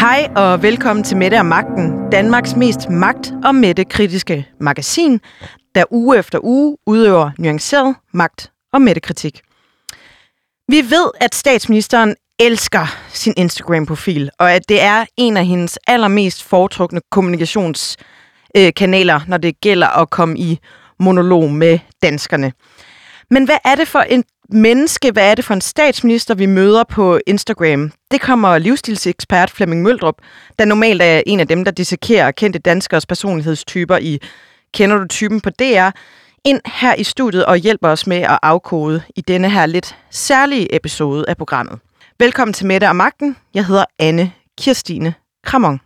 Hej og velkommen til Mette og Magten, Danmarks mest magt- og mættekritiske magasin, der uge efter uge udøver nuanceret magt- og mættekritik. Vi ved, at statsministeren elsker sin Instagram-profil, og at det er en af hendes allermest foretrukne kommunikationskanaler, når det gælder at komme i monolog med danskerne. Men hvad er det for en menneske, hvad er det for en statsminister, vi møder på Instagram? Det kommer livsstilsekspert Flemming Møldrup, der normalt er en af dem, der dissekerer kendte danskers personlighedstyper i Kender du typen på DR, ind her i studiet og hjælper os med at afkode i denne her lidt særlige episode af programmet. Velkommen til Mette og Magten. Jeg hedder Anne Kirstine Kramon.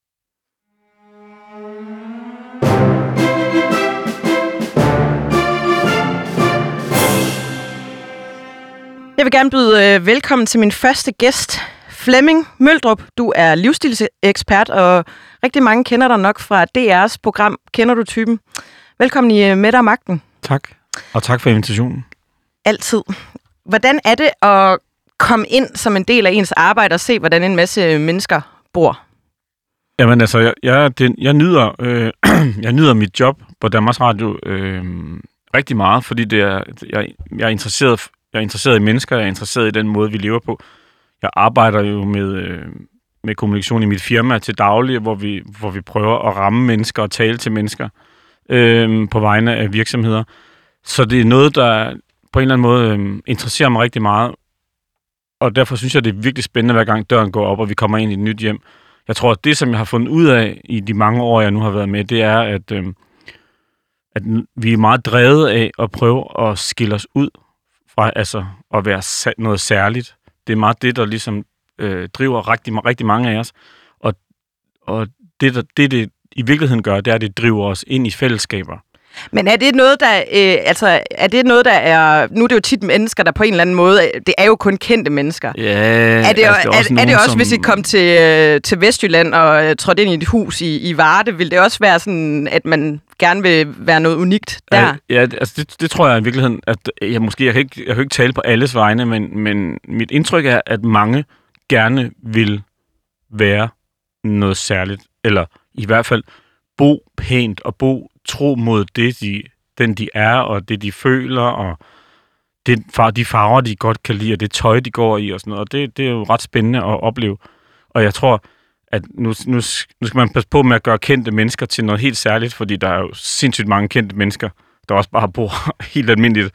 Jeg vil gerne byde velkommen til min første gæst, Flemming Møldrup. Du er livsstilsekspert, og rigtig mange kender dig nok fra DR's program Kender du typen? Velkommen i Mette og Magten. Tak, og tak for invitationen. Altid. Hvordan er det at komme ind som en del af ens arbejde og se, hvordan en masse mennesker bor? Jamen altså, jeg nyder mit job på Danmarks Radio rigtig meget, fordi jeg er interesseret i mennesker, jeg er interesseret i den måde, vi lever på. Jeg arbejder jo med kommunikation i mit firma til daglig, hvor vi prøver at ramme mennesker og tale til mennesker på vegne af virksomheder. Så det er noget, der på en eller anden måde interesserer mig rigtig meget. Og derfor synes jeg, det er virkelig spændende, hver gang døren går op, og vi kommer ind i et nyt hjem. Jeg tror, at det, som jeg har fundet ud af i de mange år, jeg nu har været med, det er, at vi er meget drevet af at prøve at skille os ud fra altså at være noget særligt. Det er meget det, der ligesom driver rigtig mange af os. Og det i virkeligheden gør, det er, at det driver os ind i fællesskaber. Men er det noget, der er... Nu er det jo tit mennesker, der på en eller anden måde... Det er jo kun kendte mennesker. Ja, er det også hvis I kom til Vestjylland og trådte ind i et hus i Varde, vil det også være sådan, at man gerne vil være noget unikt der? Ja, altså det tror jeg i virkeligheden, at jeg kan ikke tale på alles vegne, men mit indtryk er, at mange gerne vil være noget særligt, eller i hvert fald bo pænt og bo tro mod den de er, og det de føler, og de farver, de godt kan lide, og det tøj, de går i, og sådan noget. Og det er jo ret spændende at opleve. Og jeg tror, at nu skal man passe på med at gøre kendte mennesker til noget helt særligt, fordi der er jo sindssygt mange kendte mennesker, der også bare bor helt almindeligt,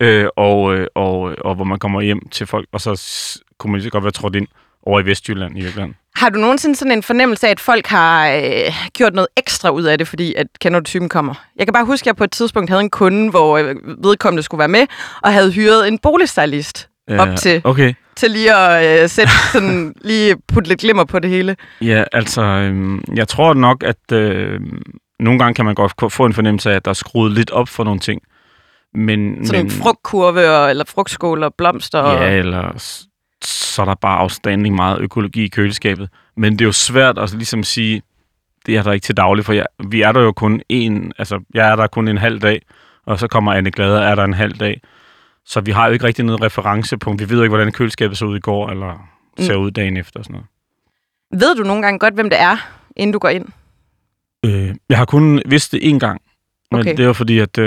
og hvor man kommer hjem til folk, og så kunne man lige godt være trådt ind over i Vestjylland i virkeligheden. Har du nogensinde sådan en fornemmelse af, at folk har gjort noget ekstra ud af det, fordi at Kender du typen kommer? Jeg kan bare huske, at jeg på et tidspunkt havde en kunde, hvor vedkommende skulle være med, og havde hyret en boligstylist op til lige at lige putte lidt glimmer på det hele. Ja, altså, jeg tror nok, at nogle gange kan man godt få en fornemmelse af, at der er skruet lidt op for nogle ting. Men en frugtkurve, eller frugtskål og blomster? Ja, eller så er der bare afstanding meget økologi i køleskabet. Men det er jo svært at ligesom sige, det er der ikke til daglig, for vi er der jo kun jeg er der kun en halv dag, og så kommer Anne Glade, er der en halv dag. Så vi har jo ikke rigtig noget referencepunkt. Vi ved jo ikke, hvordan køleskabet så ud i går, eller ser ud dagen efter og sådan noget. Ved du nogle gange godt, hvem det er, inden du går ind? Jeg har kun vidst det én gang. Men det var fordi, at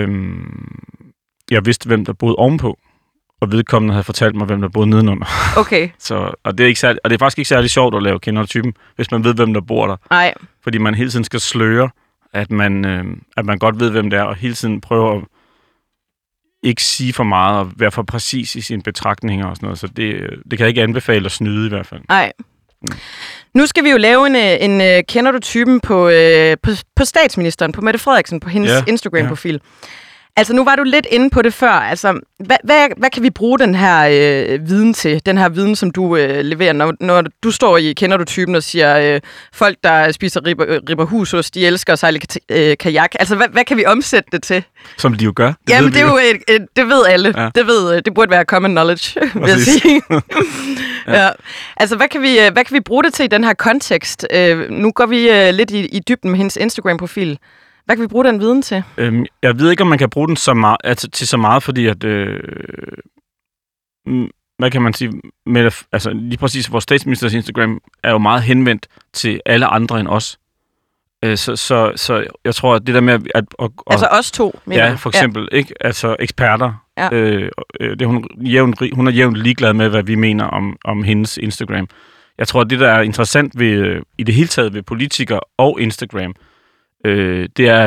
jeg vidste, hvem der boede ovenpå. Og vedkommende havde fortalt mig, hvem der boede nedenunder. Okay. Og det er faktisk ikke særlig sjovt at lave Kender du typen, hvis man ved, hvem der bor der. Nej. Fordi man hele tiden skal sløre, at man godt ved, hvem det er, og hele tiden prøver at ikke sige for meget, og være for præcis i sine betragtninger og sådan noget. Så det kan jeg ikke anbefale at snyde i hvert fald. Nej. Nu skal vi jo lave en Kender du typen på statsministeren, på Mette Frederiksen, på hendes Instagram-profil. Ja. Altså, nu var du lidt inde på det før. Altså, hvad kan vi bruge den her viden til? Den her viden, som du leverer, når du står i Kender du typen og siger, folk, der spiser ribberhusost, de elsker at sejle kajak. Altså, hvad kan vi omsætte det til? Som de jo gør. Jamen, det er jo det ved alle. Ja. Det burde være common knowledge, vil jeg sige. Ja. Altså, hvad kan vi bruge det til i den her kontekst? Nu går vi lidt i dybden med hendes Instagram-profil. Hvad kan vi bruge den viden til? Jeg ved ikke, om man kan bruge den så meget, til så meget, fordi at hvad kan man sige, altså lige præcis vores statsministers Instagram er jo meget henvendt til alle andre end os. Så jeg tror, at det der med at altså os to, ja, for eksempel, ikke? Altså eksperter. Ja. Hun er jævnt ligeglad med, hvad vi mener om hendes Instagram. Jeg tror, at det, der er interessant ved, i det hele taget ved politikere og Instagram, det er,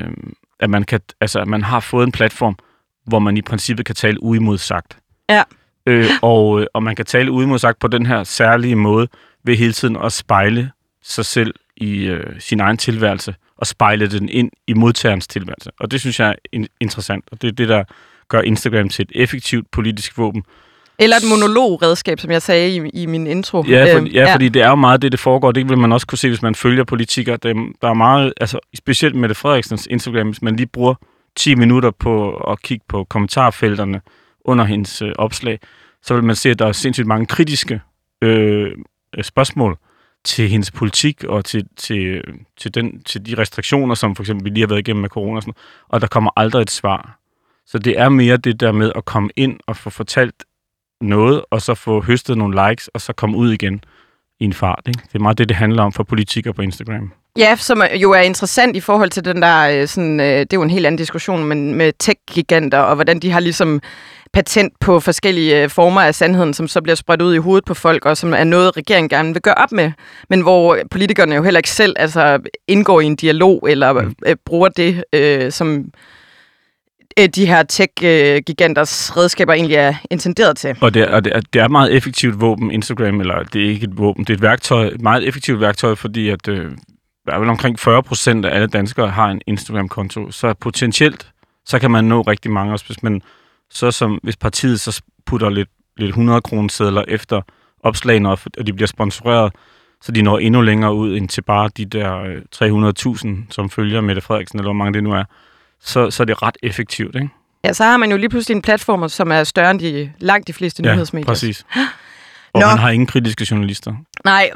at man har fået en platform, hvor man i princippet kan tale uimodsagt. Ja. Og man kan tale uimodsagt på den her særlige måde, ved hele tiden at spejle sig selv i sin egen tilværelse, og spejle den ind i modtagerens tilværelse. Og det synes jeg er interessant, og det er det, der gør Instagram til et effektivt politisk våben. Eller et monologredskab, som jeg sagde i min intro. Fordi det er jo meget det foregår. Det vil man også kunne se, hvis man følger politikere. Der er meget, altså specielt Mette Frederiksens Instagram, hvis man lige bruger 10 minutter på at kigge på kommentarfelterne under hendes opslag, så vil man se, at der er sindssygt mange kritiske spørgsmål til hendes politik og til de restriktioner, som for eksempel vi lige har været igennem med corona og sådan noget, og der kommer aldrig et svar. Så det er mere det der med at komme ind og få fortalt noget, og så få høstet nogle likes, og så komme ud igen i en fart. Ikke? Det er meget det handler om for politikere på Instagram. Ja, som jo er interessant i forhold til den der, det er jo en helt anden diskussion, men med tech-giganter, og hvordan de har ligesom patent på forskellige former af sandheden, som så bliver spredt ud i hovedet på folk, og som er noget, regeringen gerne vil gøre op med, men hvor politikerne jo heller ikke selv indgår i en dialog, eller bruger det, som de her tech-giganters redskaber egentlig er intenderet til. Og det er meget effektivt våben, Instagram, eller det er ikke et våben, det er et værktøj, et meget effektivt værktøj, fordi at der er vel omkring 40% af alle danskere har en Instagram-konto, så potentielt, så kan man nå rigtig mange, også hvis man hvis partiet så putter lidt 100-kronesedler efter opslagene, og de bliver sponsoreret, så de når endnu længere ud end til bare de der 300.000, som følger Mette Frederiksen, eller hvor mange det nu er, så er det ret effektivt, ikke? Ja, så har man jo lige pludselig en platform, som er større end langt de fleste nyhedsmedier. Ja, præcis. Og man har ingen kritiske journalister. Nej.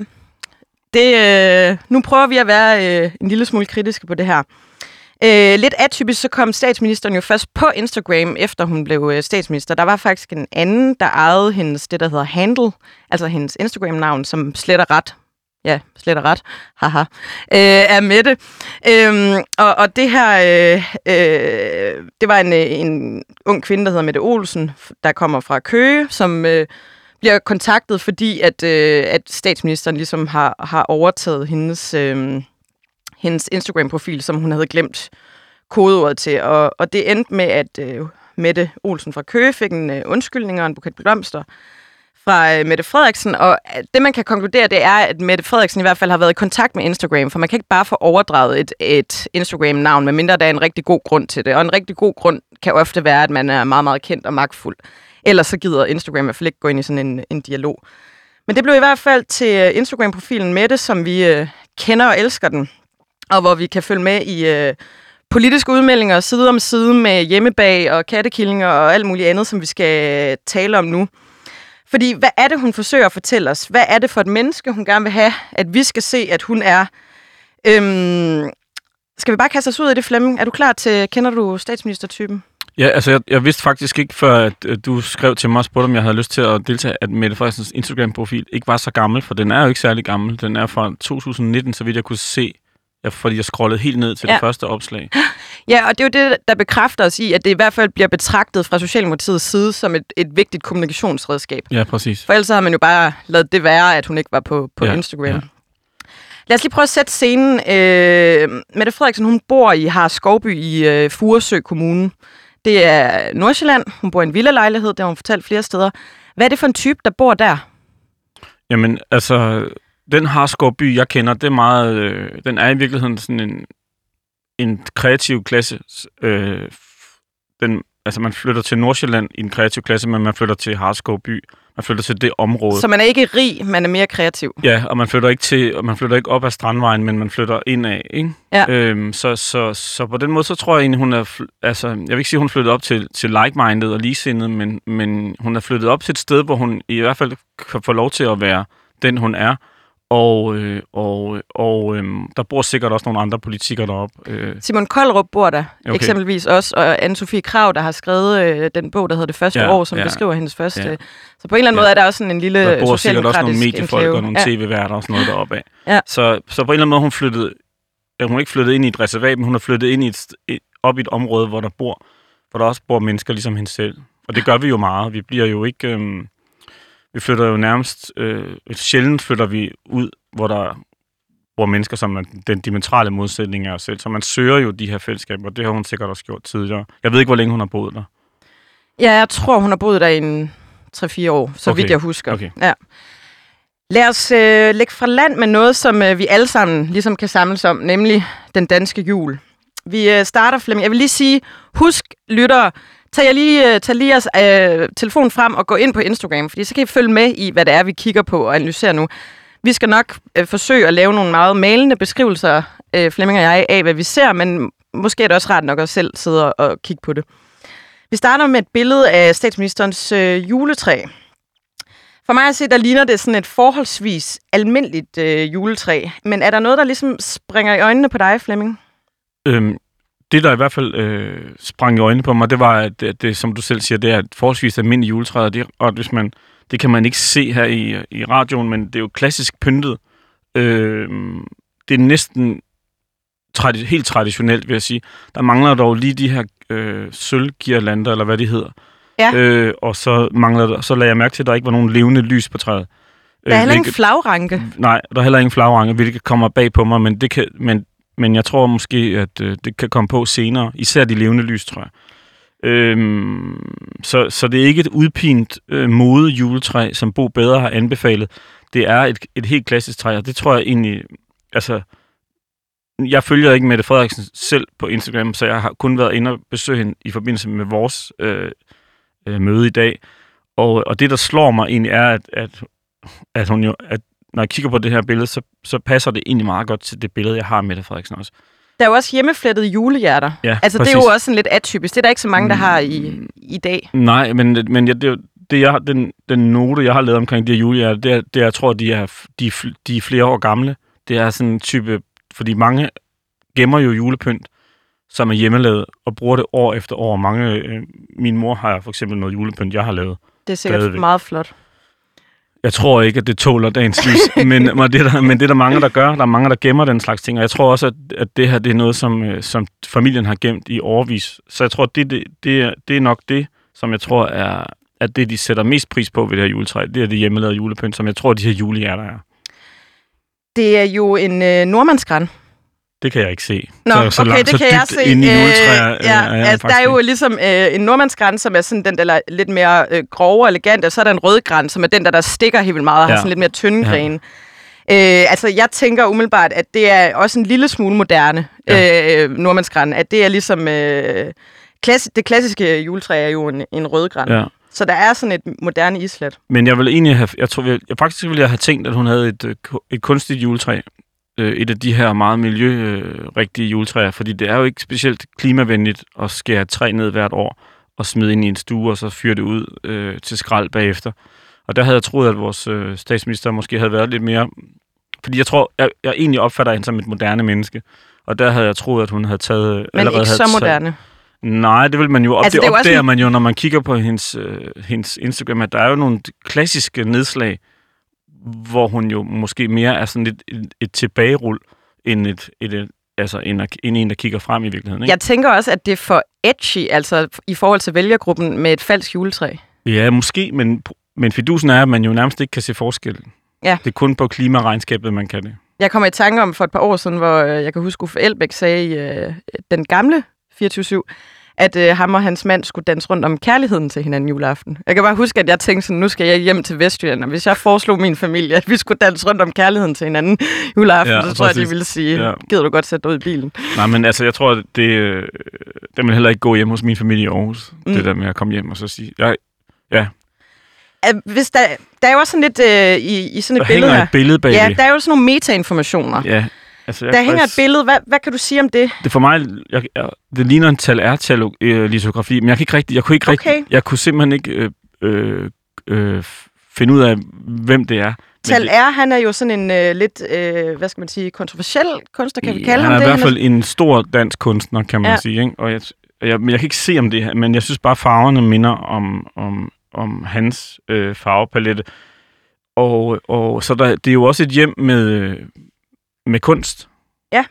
Nu prøver vi at være en lille smule kritiske på det her. Lidt atypisk, så kom statsministeren jo først på Instagram, efter hun blev statsminister. Der var faktisk en anden, der ejede hendes, det der hedder handle, altså hendes Instagram-navn, som slet og ret, haha, er Mette. Og det her, det var en ung kvinde, der hedder Mette Olsen, der kommer fra Køge, som bliver kontaktet, fordi at statsministeren ligesom har overtaget hendes Instagram-profil, som hun havde glemt kodeordet til. Og det endte med, at Mette Olsen fra Køge fik en undskyldning og en buket blomster fra Mette Frederiksen. Og det, man kan konkludere, det er, at Mette Frederiksen i hvert fald har været i kontakt med Instagram, for man kan ikke bare få overdraget et Instagram-navn, medmindre der er en rigtig god grund til det. Og en rigtig god grund kan ofte være, at man er meget, meget kendt og magtfuld. Ellers så gider Instagram i hvert fald ikke gå ind i sådan en dialog. Men det blev i hvert fald til Instagram-profilen Mette, som vi kender og elsker den, og hvor vi kan følge med i politiske udmeldinger side om side med hjemmebag og kattekillinger og alt muligt andet, som vi skal tale om nu. Fordi hvad er det, hun forsøger at fortælle os? Hvad er det for et menneske, hun gerne vil have, at vi skal se, at hun er? Skal vi bare kaste os ud af det, Flemming? Er du klar til, kender du statsministertypen? Ja, altså jeg vidste faktisk ikke, før at du skrev til mig og spurgte, om jeg havde lyst til at deltage, at Mette Frederiksens Instagram-profil ikke var så gammel, for den er jo ikke særlig gammel. Den er fra 2019, så vidt jeg kunne se, fordi jeg scrollede helt ned til det første opslag. Ja, og det er jo det, der bekræfter os i, at det i hvert fald bliver betragtet fra Socialdemokratiets side som et vigtigt kommunikationsredskab. Ja, præcis. For ellers har man jo bare ladet det være, at hun ikke var på Instagram. Ja. Lad os lige prøve at sætte scenen. Mette Frederiksen, hun bor i Hareskovby i Furesø Kommune. Det er Nordsjælland. Hun bor i en villalejlighed, det har hun fortalt flere steder. Hvad er det for en type, der bor der? Jamen, altså, den Hareskovby, jeg kender, det er meget, den er i virkeligheden sådan en kreativ klasse. Man flytter til Nordsjælland i en kreativ klasse, men man flytter til Hareskovby. Man flytter til det område. Så man er ikke rig, man er mere kreativ. Ja, og man flytter ikke op ad Strandvejen, men man flytter indad, ikke? Ja. Så på den måde, så tror jeg egentlig, hun er... Altså, jeg vil ikke sige, hun er flyttet op til like-minded og ligesindet, men hun er flyttet op til et sted, hvor hun i hvert fald kan få lov til at være den, hun er, Og der bor sikkert også nogle andre politikere deroppe. Simon Kollerup bor der eksempelvis også, og Anne-Sophie Krav, der har skrevet den bog, der hedder Det første år, som beskriver hendes første. Ja. Så på en eller anden måde er der også sådan en lille socialdemokratisk socialdemokratisk Der bor sikkert også nogle mediefolk enklave. og nogle tv-værter og sådan noget deroppe af. Ja. Så på en eller anden måde hun er ikke flyttet ind i et reservat, men hun er flyttet ind op i et område, hvor der også bor mennesker ligesom hende selv. Og det gør vi jo meget. Vi bliver jo ikke... vi flytter jo nærmest... sjældent flytter vi ud, hvor der bor mennesker, som er den diametrale modsætning af os selv. Så man søger jo de her fællesskaber, og det har hun sikkert også gjort tidligere. Jeg ved ikke, hvor længe hun har boet der. Ja, jeg tror, hun har boet der i en 3-4 år, så vidt jeg husker. Okay. Ja. Lad os lægge fra land med noget, som vi alle sammen ligesom kan samles om, nemlig den danske jul. Vi starter, Flemming. Jeg vil lige sige, husk, lyttere, tag lige jeres telefon frem og gå ind på Instagram, fordi så kan I følge med i, hvad det er, vi kigger på og analyserer nu. Vi skal nok forsøge at lave nogle meget malende beskrivelser, Flemming og jeg, af hvad vi ser, men måske er det også rart nok at selv sidde og kigge på det. Vi starter med et billede af statsministerens juletræ. For mig at se, der ligner det sådan et forholdsvis almindeligt juletræ. Men er der noget, der ligesom springer i øjnene på dig, Flemming? Det, der i hvert fald sprang i øjnene på mig, det var, at det, som du selv siger, det er et forholdsvis almindeligt juletræ. Og hvis man, det kan man ikke se her i radioen, men det er jo klassisk pyntet. Det er næsten helt traditionelt, vil jeg sige. Der mangler dog lige de her sølvgirlander, eller hvad de hedder. Ja. Og så lagde jeg mærke til, at der ikke var nogen levende lys på træet. Der er heller ingen flagranke. Nej, der er heller ingen flagranke, hvilket kommer bag på mig, men jeg tror måske, at det kan komme på senere. Især de levende lys, tror jeg. Så det er ikke et udpint mode juletræ, som Bo Bedre har anbefalet. Det er et helt klassisk træ, og det tror jeg egentlig... Altså, jeg følger ikke Mette Frederiksen selv på Instagram, så jeg har kun været inde og besøge hende i forbindelse med vores møde i dag. Og det, der slår mig egentlig, er, at hun jo... Når jeg kigger på det her billede, så passer det egentlig meget godt til det billede, jeg har af Mette Frederiksen også. Der er jo også hjemmeflettede julehjerter. Ja, altså, præcis. Det er jo også sådan lidt atypisk. Det er der ikke så mange, der har i dag. Nej, men den note, jeg har lavet omkring de her julehjerter, det jeg tror, de er flere år gamle. Det er sådan en type... Fordi mange gemmer jo julepynt, som er hjemmelavet, og bruger det år efter år. Min mor har for eksempel noget julepynt, jeg har lavet. Det er sikkert meget flot. Jeg tror ikke, at det tåler dagens lys, men det er der mange, der gør. Der er mange, der gemmer den slags ting, og jeg tror også, at det her det er noget, som familien har gemt i årevis. Så jeg tror, det er nok det, som jeg tror er det, de sætter mest pris på ved det her juletræ. Det er det hjemmelavede julepynt, som jeg tror, de her julehjerter er. Det er jo en nordmandsgran. Det kan jeg ikke se. Nå, så langt, det kan jeg se. Inde i juletræer, altså, der er jo ligesom en nordmandsgran, som er sådan den der lidt mere grove og elegant, og så er der en rødgran, som er den der stikker helt vildt meget og har sådan lidt mere tynde grene. Altså, jeg tænker umiddelbart, at det er også en lille smule moderne nordmandsgran. At det er ligesom... det klassiske juletræ er jo en rødgran. Ja. Så der er sådan et moderne islet. Men jeg vil egentlig have... faktisk ville jeg have tænkt, at hun havde et kunstigt juletræ. Et af de her meget miljørigtige juletræer, fordi det er jo ikke specielt klimavenligt at skære et træ ned hvert år og smide ind i en stue og så fyre det ud til skrald bagefter. Og der havde jeg troet, at vores statsminister måske havde været lidt mere... Fordi jeg tror, jeg egentlig opfatter hende som et moderne menneske, og der havde jeg troet, at hun havde taget... Men ikke så moderne? Nej, det vil man jo det opdager man jo, når man kigger på hendes Instagram, at der er jo nogle klassiske nedslag, hvor hun jo måske mere er sådan et tilbagerul, end en, der kigger frem i virkeligheden. Ikke? Jeg tænker også, at det er for edgy, altså i forhold til vælgergruppen med et falsk juletræ. Ja, måske, men fidusen er, at man jo nærmest ikke kan se forskel. Ja. Det er kun på klimaregnskabet, man kan det. Jeg kommer i tanke om for et par år siden, hvor jeg kan huske, Uffe Elbæk sagde i den gamle 24/7, at ham og hans mand skulle danse rundt om kærligheden til hinanden juleaften. Jeg kan bare huske, at jeg tænkte sådan, nu skal jeg hjem til Vestjylland, og hvis jeg foreslog min familie, at vi skulle danse rundt om kærligheden til hinanden juleaften, så tror jeg, de ville sige, gider du godt sætte dig ud i bilen? Nej, men altså, jeg tror, det vil heller ikke gå hjem hos min familie i Aarhus, det der med at komme hjem og så sige, Hvis der er jo også sådan lidt i sådan et billede her. Der hænger et billede bagved. Ja, der er jo sådan nogle metainformationer. Ja. Altså, der hænger et billede. Hvad kan du sige om det? Det for mig, det ligner en litografi, men jeg kunne simpelthen ikke finde ud af, hvem det er. Tal R, han er jo sådan en lidt, hvad skal man sige, kontroversiel kunstner, kan vi kalde ham det? Han er det? i hvert fald en stor dansk kunstner, kan man sige. Ikke? Og jeg kan ikke se om det her, men jeg synes bare, farverne minder om hans farvepalette. Og så det er jo også et hjem med kunst. Ja.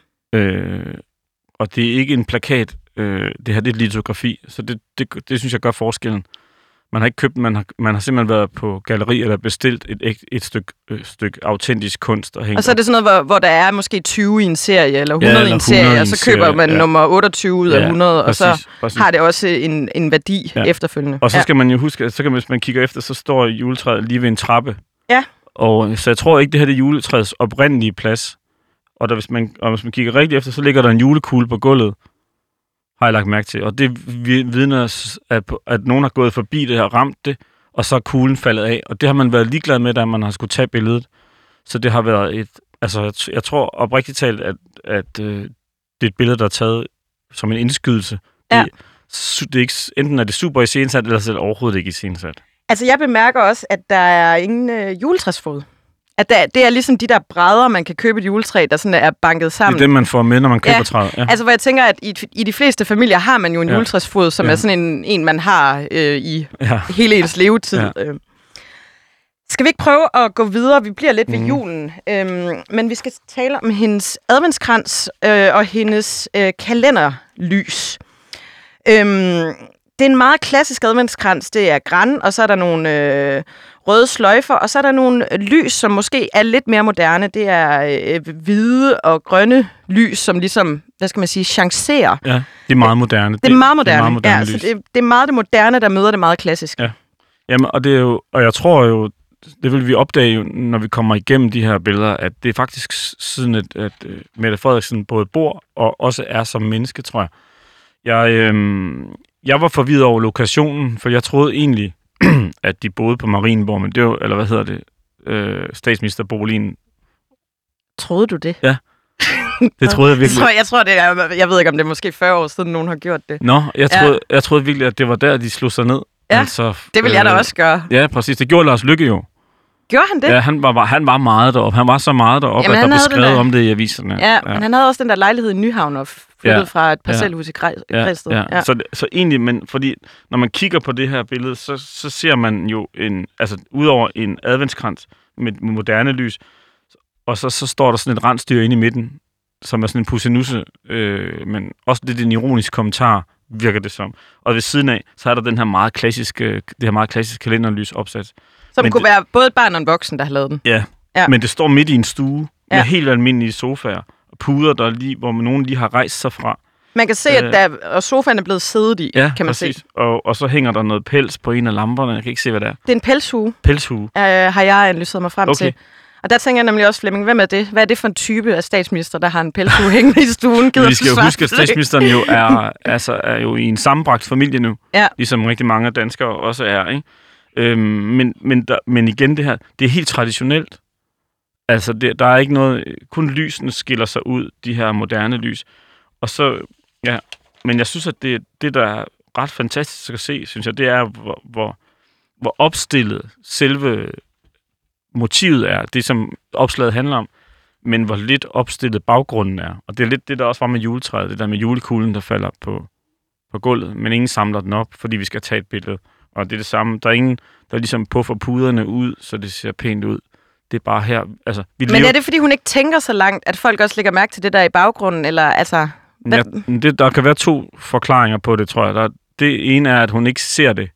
Og det er ikke en plakat. Det her det er et litografi, så det synes jeg gør forskellen. Man har ikke købt, man har simpelthen været på galleri eller bestilt et stykke autentisk kunst og hængt. Og så er det sådan noget, hvor der er måske 20 i en serie, eller 100 i en serie, og så køber man nummer 28 ud af 100, præcis, og så har det også en værdi efterfølgende. Og så skal man jo huske, at hvis man kigger efter, så står juletræet lige ved en trappe. Ja. Og så jeg tror ikke, det her er juletræets oprindelige plads. Og hvis man kigger rigtig efter, så ligger der en julekugle på gulvet, har jeg lagt mærke til. Og det vidner, at nogen har gået forbi det og ramt det, og så er kuglen faldet af. Og det har man været ligeglad med, da man har skulle tage billedet. Så det har været jeg tror oprigtigt talt, at det er et billede, der er taget som en indskydelse. Ja. Det er ikke, enten er det super iscenesat, eller så er det overhovedet ikke iscenesat. Altså, jeg bemærker også, at der er ingen juletræsfod. At det er ligesom de der brædder, man kan købe et juletræ, der sådan er banket sammen. Det er det, man får med, når man køber træet. Ja. Altså, hvor jeg tænker, at i de fleste familier har man jo en juletræsfod, som er sådan en man har i hele ens levetid. Ja. Skal vi ikke prøve at gå videre? Vi bliver lidt ved julen. Men vi skal tale om hendes adventskrans og hendes kalenderlys. Det er en meget klassisk adventskrans. Det er gran, og så er der nogle røde sløjfer, og så er der nogle lys, som måske er lidt mere moderne. Det er hvide og grønne lys, som ligesom, hvad skal man sige, chancerer. Ja, det er meget moderne. Det er meget moderne, lys. Så det er meget det moderne, der møder det meget klassiske. Ja. Jamen, og det er jo, og jeg tror jo, det vil vi opdage jo, når vi kommer igennem de her billeder, at det er faktisk siden, at Mette Frederiksen både bor og også er som menneske, tror jeg. Jeg var forvirret over lokationen, for jeg troede egentlig, at de boede på Marienborg, men det var, eller hvad hedder det, statsministerboligen. Troede du det? Ja, det troede jeg virkelig. Jeg ved ikke, om det er måske 40 år siden, nogen har gjort det. Nå, jeg troede virkelig, at det var der, de slog sig ned. Ja, altså, det vil jeg da også gøre. Ja, præcis. Det gjorde Lars Løkke jo. Gjorde han det? Ja, han var meget deroppe. Han var så meget deroppe, at der blev skrevet om det i aviserne. Ja, men han havde også den der lejlighed i Nyhavn og flyttet fra et parcelhus i Græsted. Ja. Så egentlig, men fordi når man kigger på det her billede, så ser man jo udover en adventskrans med moderne lys, og så står der sådan et rensdyr inde i midten, som er sådan en pussenusse, men også lidt en ironisk kommentar, virker det som. Og ved siden af, så er der det her meget klassiske kalenderlys opsat. Som kunne være både et barn og en voksen, der har lavet den. Ja, men det står midt i en stue med helt almindelige sofaer og puder, hvor nogen lige har rejst sig fra. Man kan se, at sofaen er blevet siddet i, kan man se. Og så hænger der noget pels på en af lamperne. Jeg kan ikke se, hvad det er. Det er en pelshue. Pelshue. Har jeg analyseret mig frem til. Og der tænker jeg nemlig også, Flemming, hvem er det? Hvad er det for en type af statsminister, der har en pelshue hængende i stuen? Vi skal jo huske, at statsministeren jo er jo i en sammenbragt familie nu. Ja. Ligesom rigtig mange danskere også er, ikke? Men igen det her, det er helt traditionelt. Altså, der er ikke noget, kun lysene skiller sig ud, de her moderne lys. Og så, men jeg synes, at det der er ret fantastisk at se, synes jeg, det er, hvor opstillet selve motivet er, det som opslaget handler om, men hvor lidt opstillet baggrunden er. Og det er lidt det, der også var med juletræet, det der med julekuglen, der falder på gulvet, men ingen samler den op, fordi vi skal tage et billede. Og det er det samme. Der er ingen, der ligesom puffer puderne ud, så det ser pænt ud. Det er bare her. Altså, men er det, fordi hun ikke tænker så langt, at folk også lægger mærke til det der i baggrunden? Eller, altså, der kan være 2 forklaringer på det, tror jeg. Det ene er, at hun ikke ser det,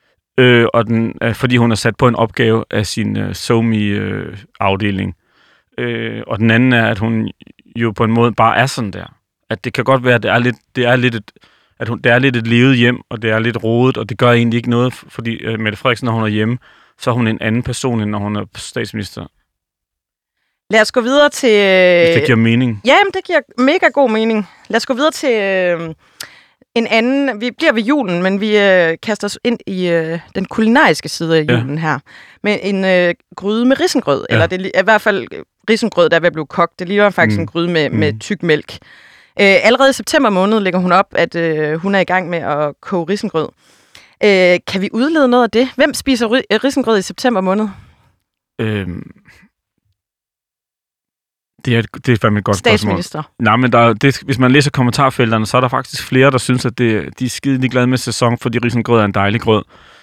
fordi hun er sat på en opgave af sin SoMe-afdeling. Og den anden er, at hun jo på en måde bare er sådan der. At det kan godt være, at det er lidt et levet hjem, og det er lidt rodet, og det gør egentlig ikke noget, fordi Mette Frederiksen, når hun er hjemme, så er hun en anden person, end når hun er statsminister. Lad os gå videre til... Hvis det giver mening. Ja, det giver mega god mening. Lad os gå videre til en anden... Vi bliver ved julen, men vi kaster os ind i den kulinariske side af julen her. Med en gryde med risengrød. Eller det er i hvert fald risengrød, der er ved at blive kogt. Det ligner faktisk en gryde med tyk mælk. Allerede i september måned lægger hun op, at hun er i gang med at koge risengrød. Kan vi udlede noget af det? Hvem spiser risengrød i september måned? Det er fandme et godt Statsminister. Nej, men hvis man læser kommentarfelterne, så er der faktisk flere, der synes, at de er skide glade med sæson, fordi risengrød er en dejlig grød.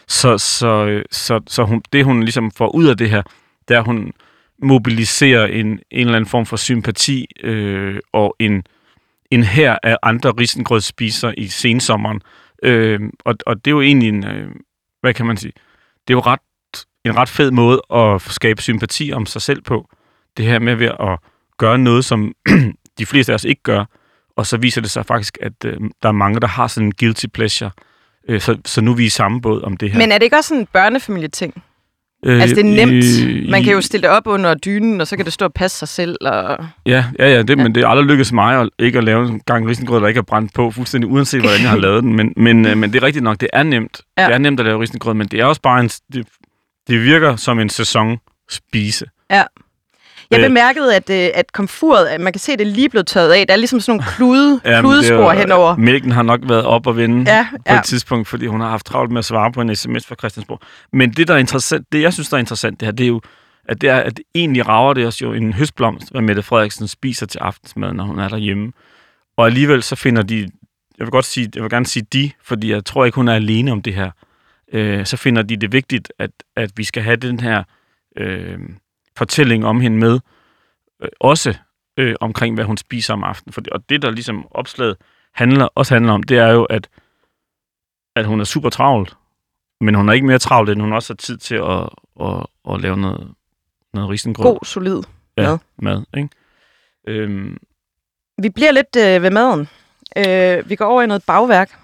Så det, hun ligesom får ud af det her, det er, at hun mobiliserer en eller anden form for sympati og en hær af andre risengrødsspiser i sensommeren. Og det er jo egentlig en, hvad kan man sige, det er jo en ret fed måde at skabe sympati om sig selv på. Det her med ved at gøre noget, som de fleste af os ikke gør, og så viser det sig faktisk, at der er mange, der har sådan en guilty pleasure. Så nu er vi i samme båd om det her. Men er det ikke også sådan en børnefamilieting? Altså, det er nemt. Man kan jo stille det op under dynen, og så kan det stå og passe sig selv. Og... Ja. Men det er aldrig lykkedes mig ikke at lave en gang risengrød, der ikke er brændt på, fuldstændig uanset, hvordan jeg har lavet den. Men det er rigtigt nok, det er nemt. Ja. Det er nemt at lave risengrød, men det er også bare det virker som en sæsonspise. Ja. Jeg bemærkede, at komfuret, man kan se, at det er lige blevet tørret af. Der er ligesom sådan nogle kludespor henover. Mælken har nok været op og vende på et tidspunkt, fordi hun har haft travlt med at svare på en sms fra Christiansborg. Men det, der er interessant, det jeg synes, der er interessant, det her, det er jo, at egentlig rager det os jo en høstblomst, hvad Mette Frederiksen spiser til aftensmad, når hun er derhjemme. Og alligevel så finder de, jeg vil gerne sige de, fordi jeg tror ikke, hun er alene om det her. Så finder de det vigtigt, at vi skal have den her fortælling om hende med, også omkring, hvad hun spiser om aftenen. Og det, der ligesom opslaget handler om, det er jo, at hun er super travlt, men hun er ikke mere travlt, end hun også har tid til at lave noget risengrød. God, solid mad. Ikke? Vi bliver lidt ved maden. Vi går over i noget bagværk.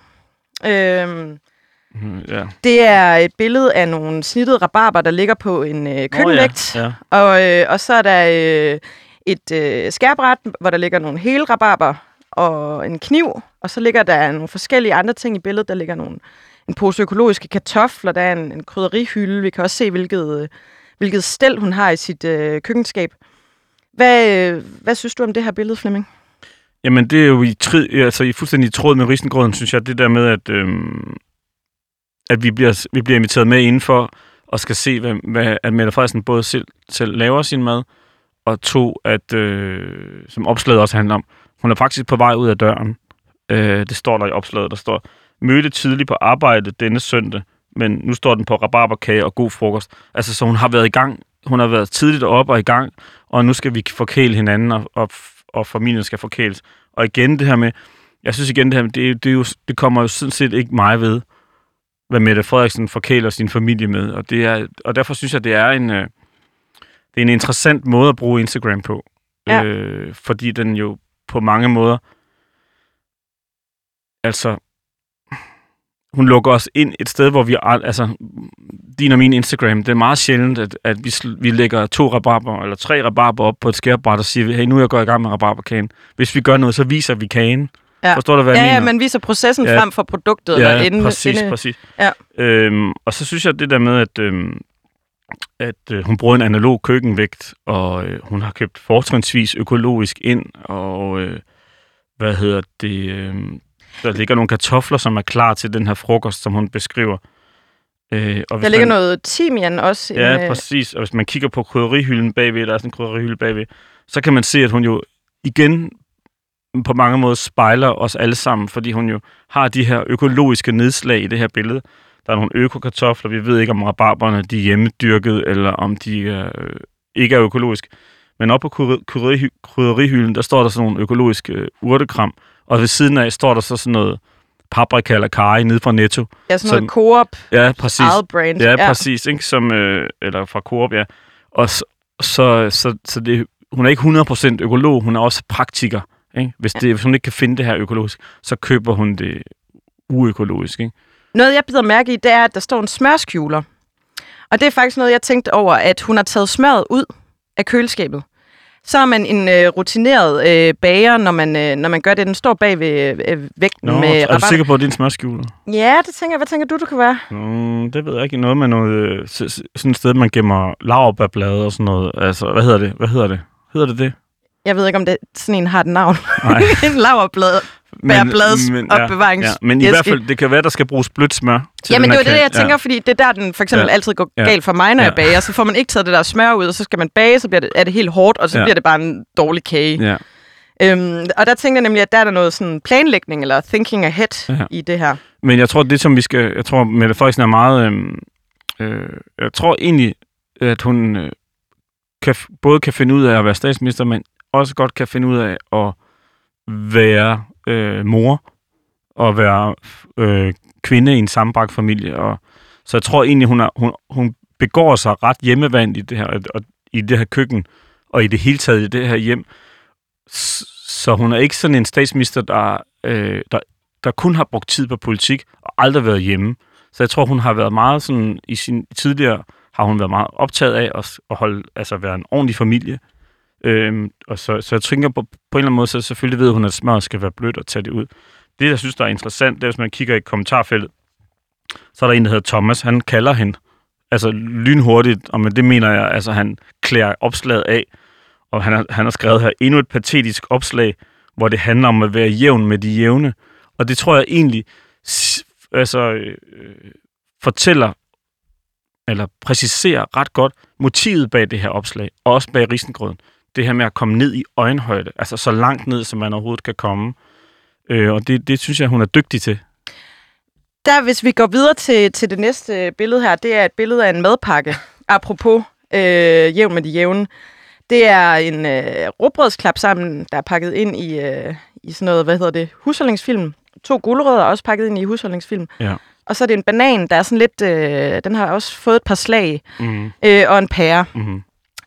Ja. Det er et billede af nogle snittede rabarber, der ligger på en køkkenvægt. Og så er der et skærbræt, hvor der ligger nogle hele rabarber og en kniv. Og så ligger der nogle forskellige andre ting i billedet. Der ligger en pose økologiske kartofler, der er en krydderihylde. Vi kan også se, hvilket stel hun har i sit køkkenskab. Hvad synes du om det her billede, Flemming? Jamen, det er jo i fuldstændig tråd med risengrøden, synes jeg. Det der med, at vi bliver inviteret med indenfor og skal se, at Mette Frederiksen både selv laver sin mad, og som opslaget også handler om, hun er faktisk på vej ud af døren. Det står der i opslaget, der står, mødte tidligt på arbejde denne søndag, men nu står den på rabarberkage og god frokost. Altså, så hun har været i gang, hun har været tidligt oppe og i gang, og nu skal vi forkæle hinanden, og familien skal forkæles. Og igen det her med, jeg synes igen det her med, det kommer jo sådan set ikke mig ved, hvad Mette Frederiksen forkæler sin familie med. Og derfor synes jeg, det er en interessant måde at bruge Instagram på. Ja. Fordi den jo på mange måder, altså, hun lukker os ind et sted, hvor vi, altså, din og min Instagram, det er meget sjældent, at vi lægger 2 rabarber eller 3 rabarber op på et skærbræt og siger, hey, nu er jeg gået i gang med rabarberkagen. Hvis vi gør noget, så viser vi kagen. Ja. Forstår du, hvad jeg mener? Ja, man viser processen frem for produktet. Ja, eller præcis. Ja. Og så synes jeg, det der med, at hun bruger en analog køkkenvægt, og hun har købt fortrinsvis økologisk ind, og der ligger nogle kartofler, som er klar til den her frokost, som hun beskriver. Og der ligger noget timian også. Ja, præcis. Og hvis man kigger på krydderihylden bagved, der er sådan en krydderihylde bagved, så kan man se, at hun jo igen på mange måder spejler os alle sammen, fordi hun jo har de her økologiske nedslag i det her billede. Der er nogle økokartofler, vi ved ikke om rabarberne de er hjemmedyrket, eller om de ikke er økologisk. Men oppe på krydderihylden, der står der sådan nogle økologiske urtekram, og ved siden af står der så sådan noget paprika eller karry nede fra Netto. Ja, sådan noget Coop. Ja, præcis. Eget brand. Ja, præcis. Ikke? Eller fra Coop, ja. Og så det, hun er ikke 100% økolog, hun er også praktiker. Ikke? Hvis hun ikke kan finde det her økologisk, så køber hun det uøkologisk. Ikke? Noget, jeg bider mærke i, det er, at der står en smørskjuler. Og det er faktisk noget, jeg tænkte over, at hun har taget smøret ud af køleskabet. Så er man en rutineret bager, når man gør det. Den står bag ved vægten med rabarber. Er du sikker på, at det er en smørskjuler? Ja, det tænker jeg. Hvad tænker du kan være? Det ved jeg ikke. Noget med noget... Sådan et sted, man gemmer laurbærblade og sådan noget. Altså, hvad hedder det? Hedder det det? Jeg ved ikke, om sådan en har et navn. Nej. En laurbærblad. bærbladsopbevarings. Men i hvert fald, det kan være, der skal bruges blødt smør til Jamen, det er det, jeg tænker, fordi det er der, den for eksempel altid går galt for mig, når jeg bager. Så får man ikke taget det der smør ud, og så skal man bage, så er det helt hårdt, og så bliver det bare en dårlig kage. Ja. Og der tænker jeg nemlig, at der er der noget sådan planlægning, eller thinking ahead i det her. Men jeg tror, det som vi skal... Jeg tror, Mette Frederiksen er meget... jeg tror egentlig, at hun både kan finde ud af at være statsminister, men også godt kan finde ud af at være mor og være kvinde i en sammenbragt familie. Så jeg tror egentlig, hun begår sig ret hjemmevandt i det her, og i det her køkken, og i det hele taget i det her hjem. Så hun er ikke sådan en statsminister, der kun har brugt tid på politik og aldrig været hjemme. Så jeg tror, hun har været meget sådan, tidligere har hun været meget optaget af at være en ordentlig familie. Og så jeg tænker på en eller anden måde, så selvfølgelig ved hun, at smør skal være blødt og tage det ud. Det, jeg synes, der er interessant, det er, hvis man kigger i kommentarfeltet, så er der en, der hedder Thomas. Han kalder hende lynhurtigt, og med det mener jeg, han klæder opslaget af. Og han har skrevet her endnu et patetisk opslag, hvor det handler om at være jævn med de jævne. Og det tror jeg egentlig fortæller eller præciserer ret godt motivet bag det her opslag, og også bag risengrøden. Det her med at komme ned i øjenhøjde, altså så langt ned, som man overhovedet kan komme. Og det synes jeg, hun er dygtig til. Hvis vi går videre til det næste billede her, det er et billede af en madpakke. Apropos jævn med de jævne. Det er en rugbrødsklap sammen, der er pakket ind i sådan noget, husholdningsfilm. 2 gulerødder også pakket ind i husholdningsfilm. Ja. Og så er det en banan, der er sådan lidt... den har også fået et par slag. Og en pære. Mm-hmm.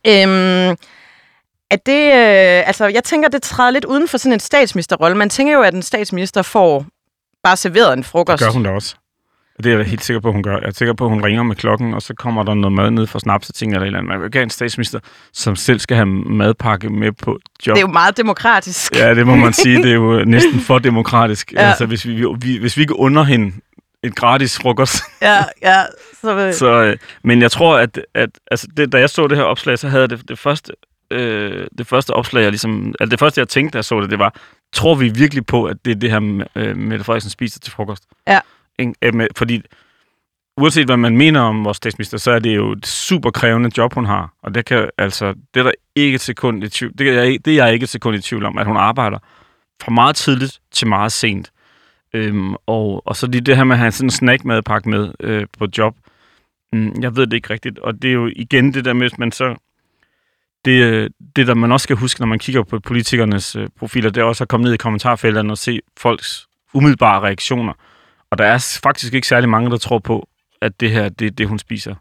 Jeg tænker, det træder lidt uden for sådan en statsministerrolle. Man tænker jo, at en statsminister får bare serveret en frokost. Det gør hun da også. Det er jeg helt sikker på, hun gør. Jeg er sikker på, at hun ringer med klokken, og så kommer der noget mad ned fra Snapseting eller et eller andet. Man vil ikke have en statsminister, som selv skal have madpakke med på job. Det er jo meget demokratisk. Ja, det må man sige. Det er jo næsten for demokratisk. Ja. Altså, hvis vi kan under hende et gratis frokost. Så men jeg tror, da jeg så det her opslag, så havde det første opslag, det første, jeg tænkte, da jeg så det var, tror vi virkelig på, at det er det her, Mette Frederiksen spiser til frokost? Ja. Fordi uanset hvad man mener om vores statsminister, så er det jo et super krævende job, hun har. Og det er der ikke et sekund i tvivl. Det er jeg ikke et sekund i tvivl om, at hun arbejder fra meget tidligt til meget sent. Og så det her med at have sådan en snackmadpakke med på job. Jeg ved det ikke rigtigt. Og det er jo igen det der med, at man så... Det der man også skal huske, når man kigger på politikernes profiler, det er også at komme ned i kommentarfelterne og se folks umiddelbare reaktioner. Og der er faktisk ikke særlig mange, der tror på, at det her, det er det, hun spiser.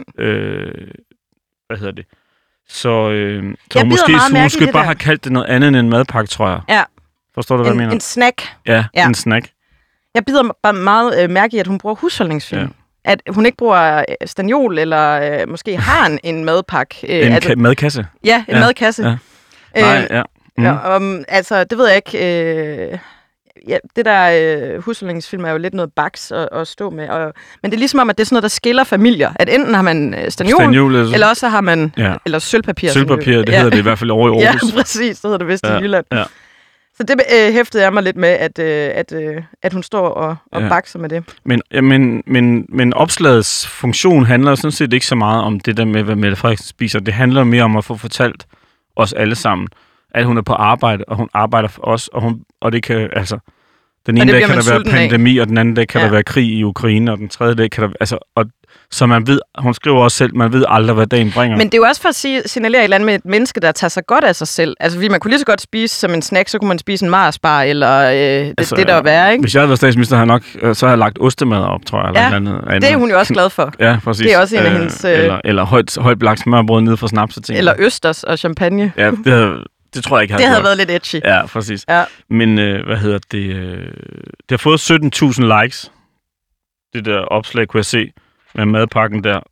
Så hun skulle bare have kaldt det noget andet end en madpakke, tror jeg. Ja. Forstår du, hvad jeg mener? En snack. Ja, en snack. Jeg bider bare meget mærke i, at hun bruger husholdningsfilm. Ja. At hun ikke bruger staniol, eller måske har en madpakke. Madkasse? Ja, en madkasse. Ja. Nej, ja. Det ved jeg ikke... det der husholdningsfilm er jo lidt noget baks at stå med. Men det er ligesom om, at det er sådan noget, der skiller familier. At enten har man staniol eller også har man eller sølvpapir. Sølvpapir, det hedder det i hvert fald over i Aarhus. Ja, præcis. Det hedder det vist i Jylland. Ja. Så det hæftede jeg mig lidt med, at hun står og bakser med det. Men opslagets funktion handler sådan set ikke så meget om det der med, hvad Mette Frederiksen spiser. Det handler mere om at få fortalt os alle sammen, at hun er på arbejde, og hun arbejder for os, og det kan, den ene dag kan der være pandemi, og den anden dag kan der være krig i Ukraine, og den tredje dag kan der, så man ved, hun skriver også selv, man ved aldrig, hvad dagen bringer. Men det er jo også for at signalere et eller andet med et menneske, der tager sig godt af sig selv. Fordi man kunne lige så godt spise som en snack, så kunne man spise en Marsbar, eller det der var værre, ikke? Hvis jeg havde været statsminister, så havde jeg lagt ostemad op, tror jeg. Ja, eller andet. Det er hun jo også glad for. Ja, præcis. Det er også en af hendes... Eller højt belagt smørbrød nede fra Snapseting. Eller østers og champagne. Ja, det tror jeg ikke, det havde været lidt edgy. Ja, præcis. Ja. Men det har fået 17.000 likes, det der opslag, kunne jeg se, med madpakken der.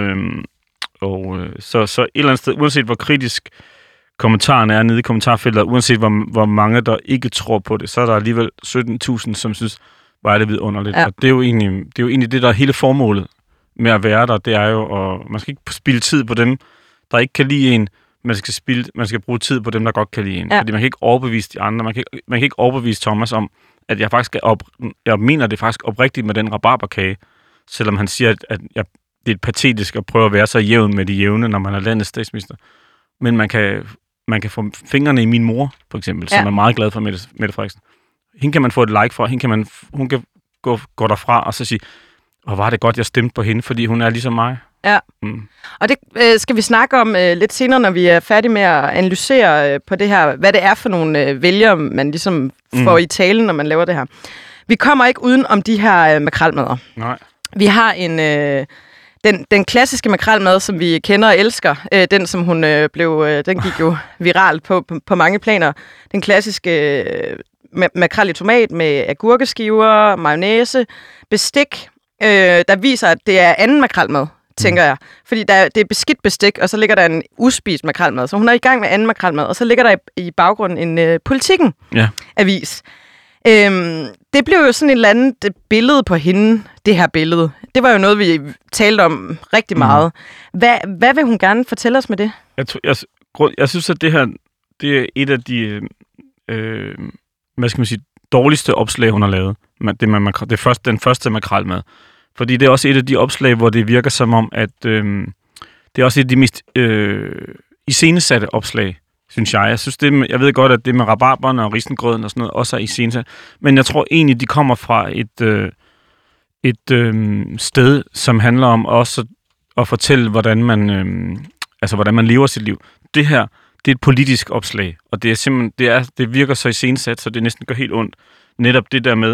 Så et eller andet sted, uanset hvor kritisk kommentaren er nede i kommentarfeltet, uanset hvor mange, der ikke tror på det, så er der alligevel 17.000, som synes, var det vidunderligt. Ja. Og det er jo egentlig det, der er hele formålet med at være der. Det er jo, og man skal ikke spilde tid på dem, der ikke kan lide en, man skal bruge tid på dem, der godt kan lide en. Ja. Fordi man kan ikke overbevise de andre. Man kan ikke overbevise Thomas om, at jeg faktisk jeg mener det faktisk oprigtigt med den rabarberkage, selvom han siger, at det er patetisk at prøve at være så jævn med de jævne, når man er landets statsminister. Men man kan få fingrene i min mor, for eksempel, som er meget glad for Mette Frederiksen. Hende kan man få et like for, hun kan gå derfra og så sige, var det godt, jeg stemte på hende, fordi hun er ligesom mig. Ja, og det skal vi snakke om lidt senere, når vi er færdige med at analysere på det her, hvad det er for nogle vælgere, man ligesom får i talen, når man laver det her. Vi kommer ikke uden om de her makrelmadder. Nej. Vi har den klassiske makrelmad, som vi kender og elsker, den som hun den gik jo viralt på mange planer. Den klassiske makrel i tomat med agurkeskiver, mayonnaise, bestik, der viser, at det er anden makrelmad, tænker jeg. Fordi det er beskidt bestik, og så ligger der en uspist makrelmad. Så hun er i gang med anden makrelmad, og så ligger der i baggrunden en Politikken-avis. Det blev jo sådan et eller andet billede på hende, det her billede. Det var jo noget, vi talte om rigtig meget. Hvad vil hun gerne fortælle os med det? Jeg synes, at det her det er et af de dårligste opslag, hun har lavet. Den første makrelmad. Fordi det er også et af de opslag, hvor det virker som om, at det er også et af de mest iscenesatte opslag, synes jeg. Jeg synes, jeg ved godt, at det med rabarberne og risengrøden og sådan noget også er iscenesat. Men jeg tror egentlig, de kommer fra et sted, som handler om også at fortælle, hvordan man lever sit liv. Det her, det er et politisk opslag, og det er simpelthen, det virker så iscenesat, så det næsten går helt ondt. Netop det der med,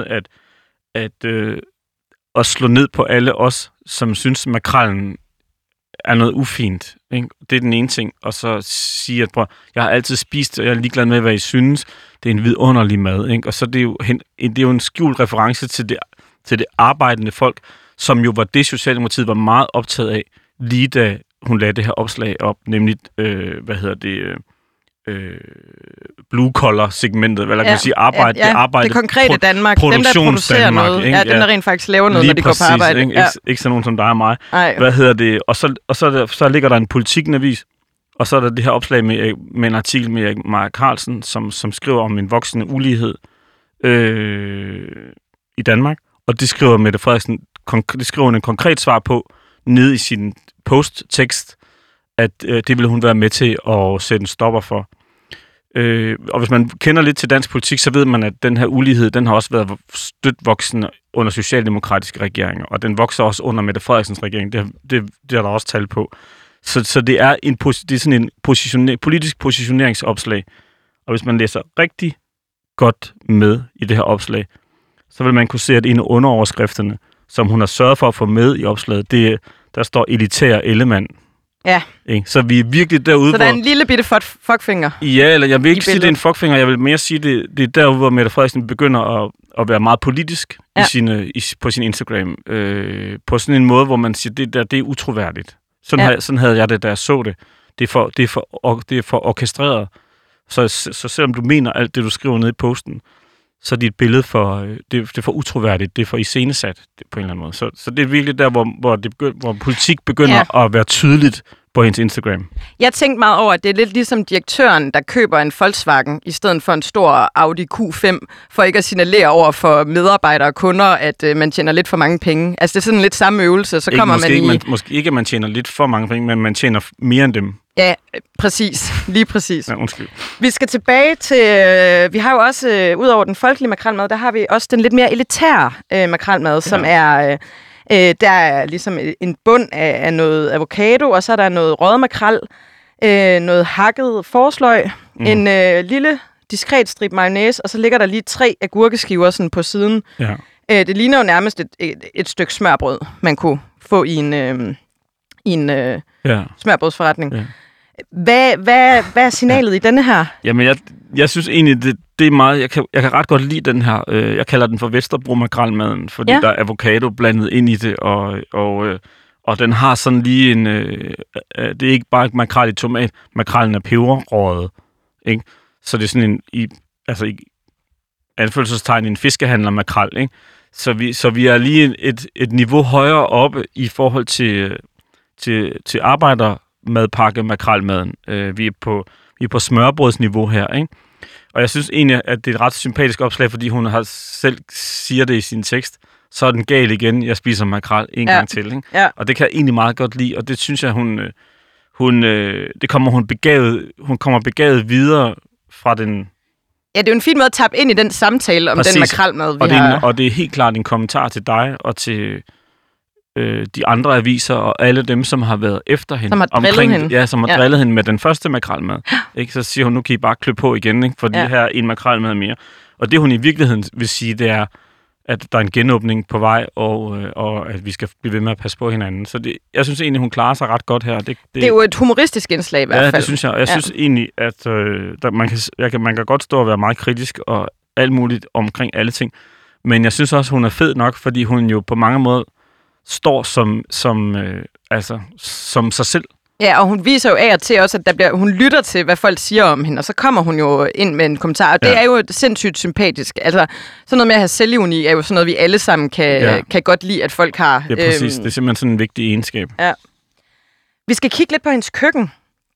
at slå ned på alle os, som synes, makrellen er noget ufint. Ikke? Det er den ene ting. Og så sige, at jeg har altid spist, og jeg er ligeglad med, hvad I synes. Det er en vidunderlig mad. Ikke? Og så det er jo en skjult reference til det arbejdende folk, som jo var det, Socialdemokratiet var meget optaget af, lige da hun lagde det her opslag op, nemlig, blue-collar-segmentet, eller kan man sige, arbejde, det konkrete Danmark, dem der producerer noget, dem der rent faktisk laver noget, lige når de går på arbejde. Ikke sådan nogen som dig og mig. Ej. Og så ligger der en Politikken-avis, og så er der det her opslag med en artikel med Maja Carlsen, som skriver om en voksende ulighed i Danmark, og det skriver Mette Frederiksen, det skriver hun en konkret svar på, ned i sin posttekst, at det vil hun være med til at sætte en stopper for. Og hvis man kender lidt til dansk politik, så ved man, at den her ulighed, den har også været stødt voksende under socialdemokratiske regeringer, og den vokser også under Mette Frederiksens regering. Det er der også tal på. Så det er sådan en politisk positioneringsopslag. Og hvis man læser rigtig godt med i det her opslag, så vil man kunne se, at en af underoverskrifterne, som hun har sørget for at få med i opslaget, der står elitær Ellemann. Ja. Ikke? Så vi er virkelig derude, så der er en lille bitte fuckfinger. Ja, eller jeg vil ikke sige, det er en fuckfinger. Jeg vil mere sige, det er derude, hvor Mette Frederiksen begynder at være meget politisk på sin Instagram. På sådan en måde, hvor man siger, det er utroværdigt. Sådan havde jeg det, da jeg så det. Det er for orkestreret. Så selvom du mener alt det, du skriver ned i posten, så er dit billede det er for utroværdigt, det er for iscenesat på en eller anden måde. Så det er virkelig der, hvor politik begynder at være tydeligt på hendes Instagram. Jeg tænkte meget over, at det er lidt ligesom direktøren, der køber en Volkswagen i stedet for en stor Audi Q5, for ikke at signalere over for medarbejdere og kunder, at man tjener lidt for mange penge. Altså det er sådan lidt samme øvelse, så kommer måske ikke, at man tjener lidt for mange penge, men man tjener mere end dem. Ja, præcis. Lige præcis. Ja, undskyld. Vi skal tilbage til... vi har jo også, ud over den folkelige makrelmad, der har vi også den lidt mere elitære makrelmad, som er... der er ligesom en bund af noget avocado, og så er der noget røget makrel, noget hakket forsløg, en lille diskret strip mayonnaise, og så ligger der lige 3 agurkeskiver sådan på siden. Ja. Det ligner jo nærmest et stykke smørbrød, man kunne få i en smørbrødsforretning. Ja. Hvad er signalet i denne her? Jamen, jeg synes egentlig, det er meget... Jeg kan ret godt lide den her... jeg kalder den for Vesterbro-makrelmaden, fordi der er avocado blandet ind i det, og den har sådan lige en... det er ikke bare makrel i tomat. Makrellen er peberrøget, ikke? Så det er sådan i anførselstegn en fiskehandler makrel, ikke? Så vi er lige et niveau højere oppe i forhold til arbejder madpakke makrelmaden. Vi er på smørbrødsniveau her, ikke? Og jeg synes egentlig, at det er et ret sympatisk opslag, fordi hun har selv siger det i sin tekst. Så er den gal igen, jeg spiser makrel en gang til, ikke? Ja. Og det kan jeg egentlig meget godt lide, og det synes jeg, hun kommer begavet videre fra den. Ja, det er jo en fin måde at tappe ind i den samtale om den makrelmad, vi har. Og det er helt klart en kommentar til dig og til de andre aviser og alle dem, som har været efter hende. Som har drillet hende. Ja, som har drillet hende med den første makrelmad. Ikke? Så siger hun, nu kan I bare klø på igen, ikke? For her er en makrelmad mere. Og det hun i virkeligheden vil sige, det er, at der er en genåbning på vej, og at vi skal blive ved med at passe på hinanden. Så jeg synes egentlig, hun klarer sig ret godt her. Det er jo et humoristisk indslag i hvert fald. Ja, det synes jeg. Og jeg synes egentlig, at man kan godt stå og være meget kritisk og alt muligt omkring alle ting. Men jeg synes også, hun er fed nok, fordi hun jo på mange måder står som sig selv. Ja, og hun viser jo af og til også, at hun lytter til, hvad folk siger om hende, og så kommer hun jo ind med en kommentar, og det er jo sindssygt sympatisk. Altså, sådan noget med at have selvironi er jo sådan noget, vi alle sammen kan godt lide, at folk har. Ja, præcis. Det er simpelthen sådan en vigtig egenskab. Ja. Vi skal kigge lidt på hendes køkken.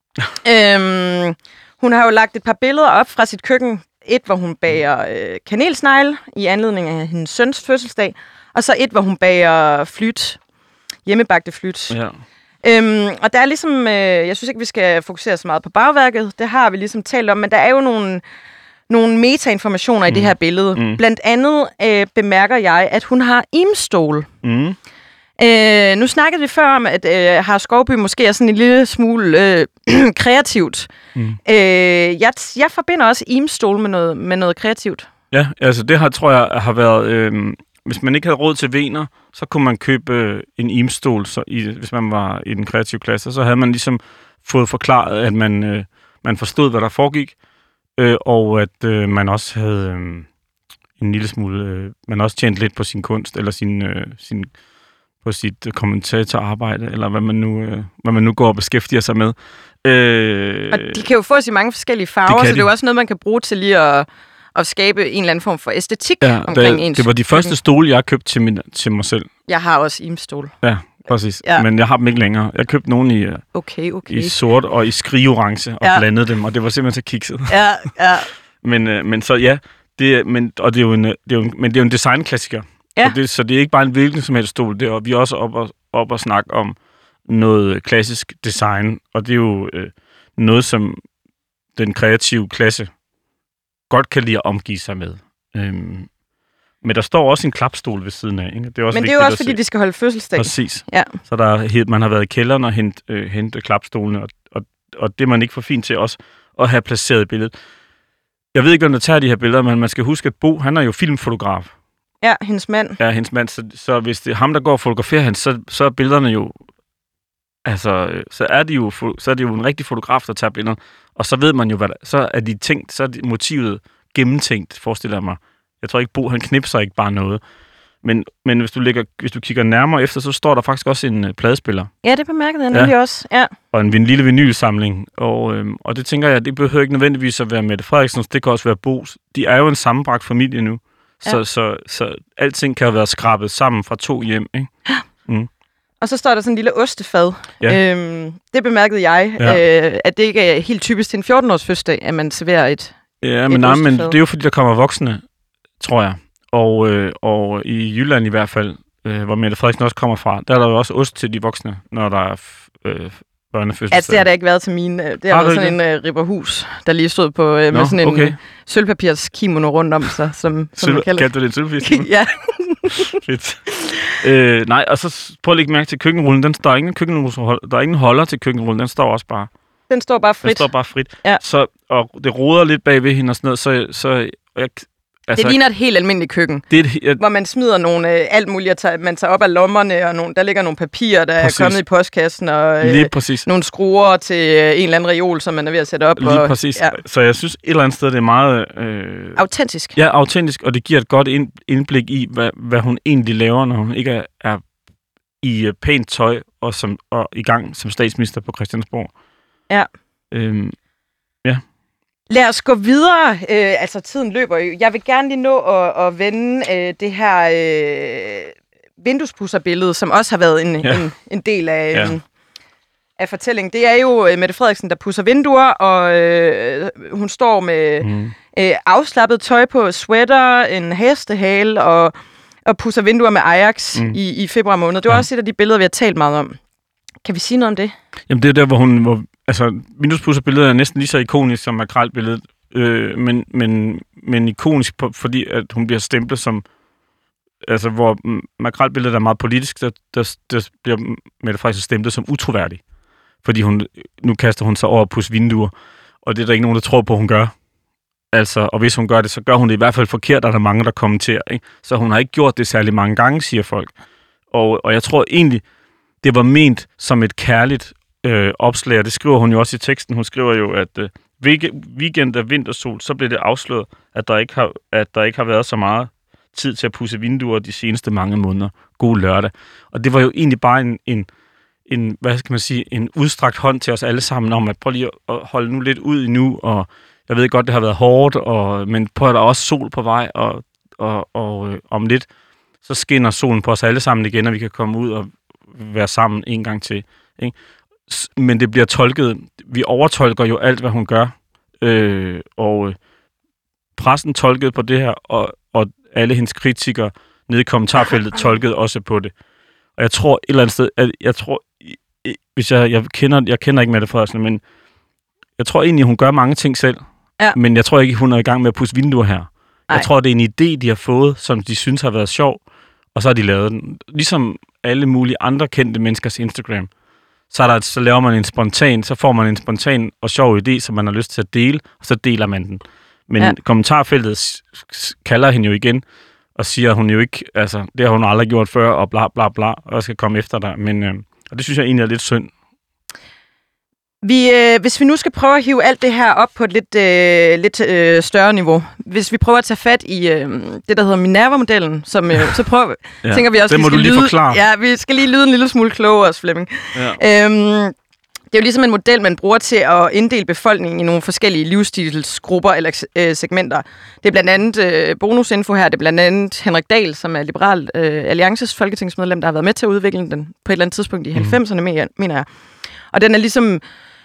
Hun har jo lagt et par billeder op fra sit køkken. Et, hvor hun bager kanelsnegle i anledning af hendes søns fødselsdag, og så et, hvor hun bager hjemmebagte flyt. Ja. Og der er ligesom, jeg synes ikke, vi skal fokusere så meget på bagværket, det har vi ligesom talt om, men der er jo nogle metainformationer i det her billede. Blandt andet bemærker jeg, at hun har imstol. Nu snakkede vi før om, at Harre Skovby måske er sådan en lille smule kreativt. Jeg forbinder også imstol med noget kreativt. Ja, altså det her tror jeg har været... Hvis man ikke havde råd til vener, så kunne man købe en imstol, hvis man var i den kreative klasse. Så havde man ligesom fået forklaret, at man forstod, hvad der foregik, og at man også havde en lille smule... man også tjente lidt på sin kunst, eller på sit kommentatorarbejde, eller hvad man nu går og beskæftiger sig med. Og de kan jo få i mange forskellige farver, så det er jo også noget, man kan bruge til lige at skabe en eller anden form for æstetik omkring ens. Det var de første stole, jeg købte til mig selv. Jeg har også imstol. Ja, præcis. Ja. Men jeg har dem ikke længere. Jeg købte nogle i sort og i skrigeorange og blandede dem, og det var simpelthen så kikset. Ja. men så ja, det er jo en designklassiker. Ja. Så det er ikke bare en hvilken som helst stol. Vi er også op og snakke om noget klassisk design, og det er jo noget, som den kreative klasse godt kan lide at omgive sig med. Men der står også en klapstol ved siden af. Ikke? Det er også men det er jo også, fordi de skal holde fødselsdag. Præcis. Ja. Så man har været i kælderen og hente klapstolene, og det er man ikke for fint til også at have placeret i billedet. Jeg ved ikke, hvem der tager de her billeder, men man skal huske, at Bo, han er jo filmfotograf. Ja, hendes mand. Ja, hendes mand. Så hvis det er ham, der går og fotograferer hende, så er billederne jo... Altså, så er det jo en rigtig fotograf, der tager billeder. Og så ved man jo, så er motivet gennemtænkt, forestiller jeg mig. Jeg tror ikke, Bo, han knipser ikke bare noget. Men hvis du kigger nærmere efter, så står der faktisk også en pladespiller. Ja, det bemærkede jeg nemlig også. Ja. Og en lille vinylsamling. Og det tænker jeg, det behøver ikke nødvendigvis at være Mette Frederiksens, det kan også være Bo's. De er jo en sammenbragt familie nu. Ja. Så alting kan jo være skrabet sammen fra 2 hjem, ikke? Og så står der sådan en lille ostefad. Ja. Det bemærkede jeg, at det ikke er helt typisk til en 14-års fødselsdag, at man serverer et men det er jo fordi, der kommer voksne, tror jeg. Og i Jylland i hvert fald, hvor Mette Frederiksen også kommer fra, der er der jo også ost til de voksne, når der er børnefødselsdag. Altså, det har der ikke været til mine. Det har været sådan en ribberhus, der lige stod på med sådan en sølvpapirs kimono rundt om sig, som man kalder. Kaldte du det en sølvpapirs kimono? Ja. Fedt. Nej, og så prøv at lægge mærke til køkkenrullen. Der er ingen holder til køkkenrullen, den står også bare. Den står bare frit. Ja. Og det roder lidt bag ved hende og sådan noget, det ligner et helt almindeligt køkken, hvor man smider nogle alt muligt, man tager op af lommerne, og der ligger nogle papirer, der er kommet i postkassen, og nogle skruer til en eller anden reol, som man er ved at sætte op. Præcis. Ja. Så jeg synes et eller andet sted, det er meget... autentisk. Ja, autentisk, og det giver et godt indblik i, hvad hun egentlig laver, når hun ikke er i pænt tøj og i gang som statsminister på Christiansborg. Ja. Ja. Lad os gå videre. Altså, tiden løber jo. Jeg vil gerne lige nå at vende det her vinduespudserbillede, som også har været en del af fortællingen, det er jo Mette Frederiksen, der pudser vinduer, og hun står med afslappet tøj på, sweater, en hestehale, og pudser vinduer med Ajax i februar måned. Det var også et af de billeder, vi har talt meget om. Kan vi sige noget om det? Jamen, det er der, hvor vinduespudserbilledet er næsten lige så ikonisk som makrelbilledet, men ikonisk, fordi at hun bliver stemplet som... Altså, hvor makrelbilledet er meget politisk, der bliver Mette Frederiksen stemplet som utroværdig. Fordi nu kaster hun sig over at pudse vinduer, og det er der ikke nogen, der tror på, hun gør. Altså, og hvis hun gør det, så gør hun det i hvert fald forkert, og der er mange, der kommenterer. Ikke? Så hun har ikke gjort det særlig mange gange, siger folk. Og jeg tror egentlig, det var ment som et kærligt opslag, og det skriver hun jo også i teksten. Hun skriver jo, at weekend af vintersol, så blev det afsløret, at der ikke har været så meget tid til at pudse vinduer de seneste mange måneder. God lørdag. Og det var jo egentlig bare en hvad skal man sige, en udstrakt hånd til os alle sammen om, at prøv lige at holde nu lidt ud nu, og jeg ved godt, det har været hårdt, men prøv at der er også sol på vej, og om lidt, så skinner solen på os alle sammen igen, og vi kan komme ud og være sammen en gang til. Ikke? Men det bliver tolket, vi overtolker jo alt, hvad hun gør, og pressen tolkede på det her, og alle hendes kritikere nede i kommentarfeltet tolkede også på det. Og jeg tror et eller andet sted, hvis jeg kender ikke Mette Frederiksen, men jeg tror egentlig, hun gør mange ting selv. Ja. Men jeg tror ikke, hun er i gang med at pudse vinduer her. Ej. Jeg tror, det er en idé, de har fået, som de synes har været sjov, og så har de lavet den. Ligesom alle mulige andre kendte menneskers Instagram. Så laver man så får man en spontan og sjov idé, som man har lyst til at dele, og så deler man den. Men kommentarfeltet kalder hende jo igen, og siger, at hun jo ikke, altså, det har hun aldrig gjort før, og bla bla bla, og skal komme efter dig. Men, og det synes jeg egentlig er lidt synd. Hvis vi nu skal prøve at hive alt det her op på et lidt større niveau, hvis vi prøver at tage fat i det, der hedder Minerva-modellen, som så tænker vi også, det må du lige forklare. Ja, vi skal lige lyde en lille smule klogere også, Flemming. Ja. Det er jo ligesom en model, man bruger til at inddele befolkningen i nogle forskellige livsstilsgrupper eller segmenter. Det er blandt andet bonusinfo her, det er blandt andet Henrik Dahl, som er Liberal Alliances folketingsmedlem, der har været med til at udvikle den på et eller andet tidspunkt i 90'erne, mener jeg. Og den er ligesom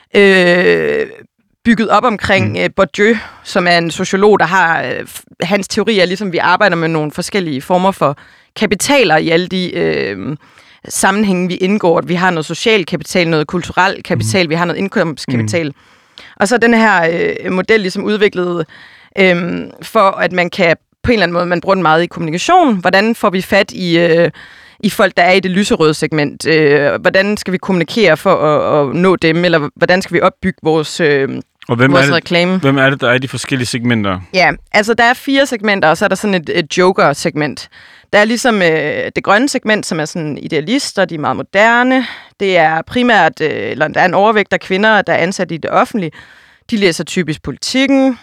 bygget op omkring Bourdieu, som er en sociolog, der har hans teorier, ligesom vi arbejder med nogle forskellige former for kapitaler i alle de sammenhænge, vi indgår. Vi har noget social kapital, noget kulturel kapital, vi har noget indkomstkapital. Og så er den her model ligesom udviklet for, at man kan på en eller anden måde, man bruger den meget i kommunikation. Hvordan får vi fat i folk, der er i det lyserøde segment? Hvordan skal vi kommunikere for at nå dem? Eller hvordan skal vi opbygge vores reklame? Hvem er det, der er i de forskellige segmenter? Ja, altså der er 4 segmenter, og så er der sådan et joker-segment. Der er ligesom det grønne segment, som er sådan idealister, de er meget moderne. Det er primært, eller der er en overvægt af kvinder, der er ansat i det offentlige. De læser typisk Politikken.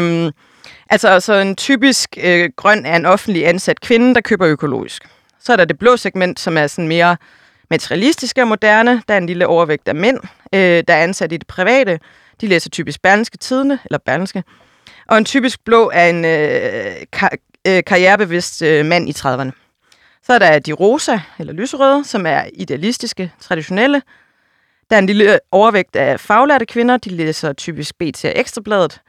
Altså en typisk grøn er en offentlig ansat kvinde, der køber økologisk. Så er der det blå segment, som er sådan mere materialistiske og moderne. Der er en lille overvægt af mænd, der er ansat i det private. De læser typisk Berlingske Tidende, eller Berlingske. Og en typisk blå er en karrierebevidst mand i 30'erne. Så er der de rosa, eller lyserøde, som er idealistiske, traditionelle. Der er en lille overvægt af faglærte kvinder. De læser typisk BT og Ekstrabladet.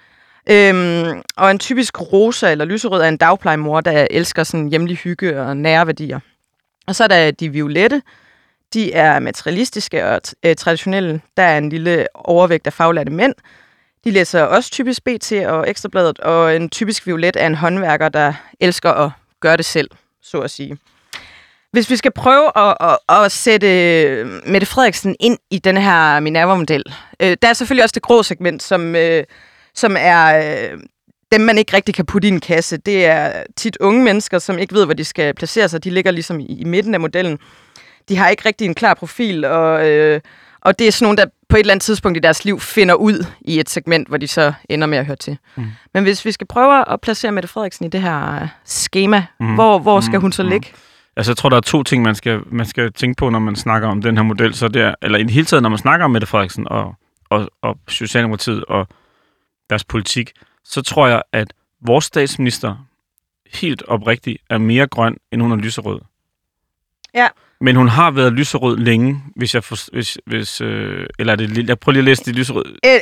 Og en typisk rosa eller lyserød er en dagplejemor, der elsker sådan hjemlig hygge og nære værdier. Og så er der de violette. De er materialistiske og traditionelle. Der er en lille overvægt af faglærte mænd. De læser også typisk BT og Ekstrabladet, og en typisk violet er en håndværker, der elsker at gøre det selv, så at sige. Hvis vi skal prøve at sætte Mette Frederiksen ind i den her Minerva-model, der er selvfølgelig også det grå segment, som er dem, man ikke rigtig kan putte i en kasse. Det er tit unge mennesker, som ikke ved, hvor de skal placere sig. De ligger ligesom i midten af modellen. De har ikke rigtig en klar profil, og det er sådan nogle, der på et eller andet tidspunkt i deres liv finder ud i et segment, hvor de så ender med at høre til. Men hvis vi skal prøve at placere Mette Frederiksen i det her skema, hvor skal hun så ligge? Altså, jeg tror, der er 2 ting, man skal tænke på, når man snakker om den her model. Så det er, eller i det hele taget, når man snakker om Mette Frederiksen og Socialdemokratiet og deres politik, så tror jeg, at vores statsminister helt oprigtigt er mere grøn, end hun er lyserød. Ja. Men hun har været lyserød længe, hvis jeg eller er det, jeg prøver lige at læse de lyserøde.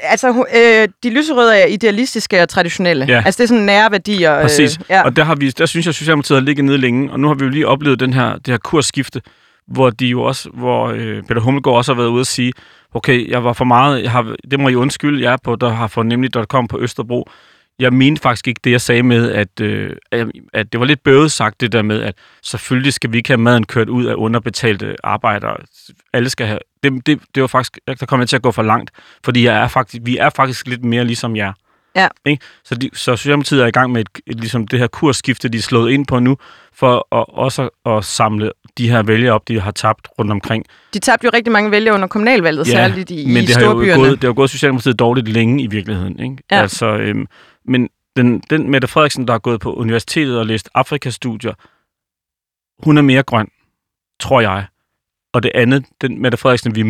De lyserøde er idealistiske og traditionelle. Ja. Altså det er sådan nære værdier. Præcis. Og der synes jeg, Socialdemokratiet har ligget nede længe, og nu har vi jo lige oplevet det her kursskifte, hvor Peter Hummelgaard også har været ude at sige, okay, jeg var for meget, det må I undskylde, jeg er på, der har fornemlig.com på Østerbro. Jeg mente faktisk ikke det, jeg sagde med, at det var lidt bøvet sagt, det der med, at selvfølgelig skal vi ikke have maden kørt ud af underbetalte arbejdere. Alle skal have... Det var faktisk... Der kommer jeg til at gå for langt, fordi vi er faktisk lidt mere ligesom jer. Ja. Ikke? Så Socialdemokratiet er i gang med ligesom det her kursskifte, de er slået ind på nu, for også at samle de her vælgere op, de har tabt rundt omkring. De tabte jo rigtig mange vælgere under kommunalvalget, særligt i storbyerne. Men det har jo gået Socialdemokratiet dårligt længe i virkeligheden. Ikke? Ja. Altså, men den Mette Frederiksen, der har gået på universitetet og læst Afrikastudier, hun er mere grøn, tror jeg. Og det andet, den Mette Frederiksen, vi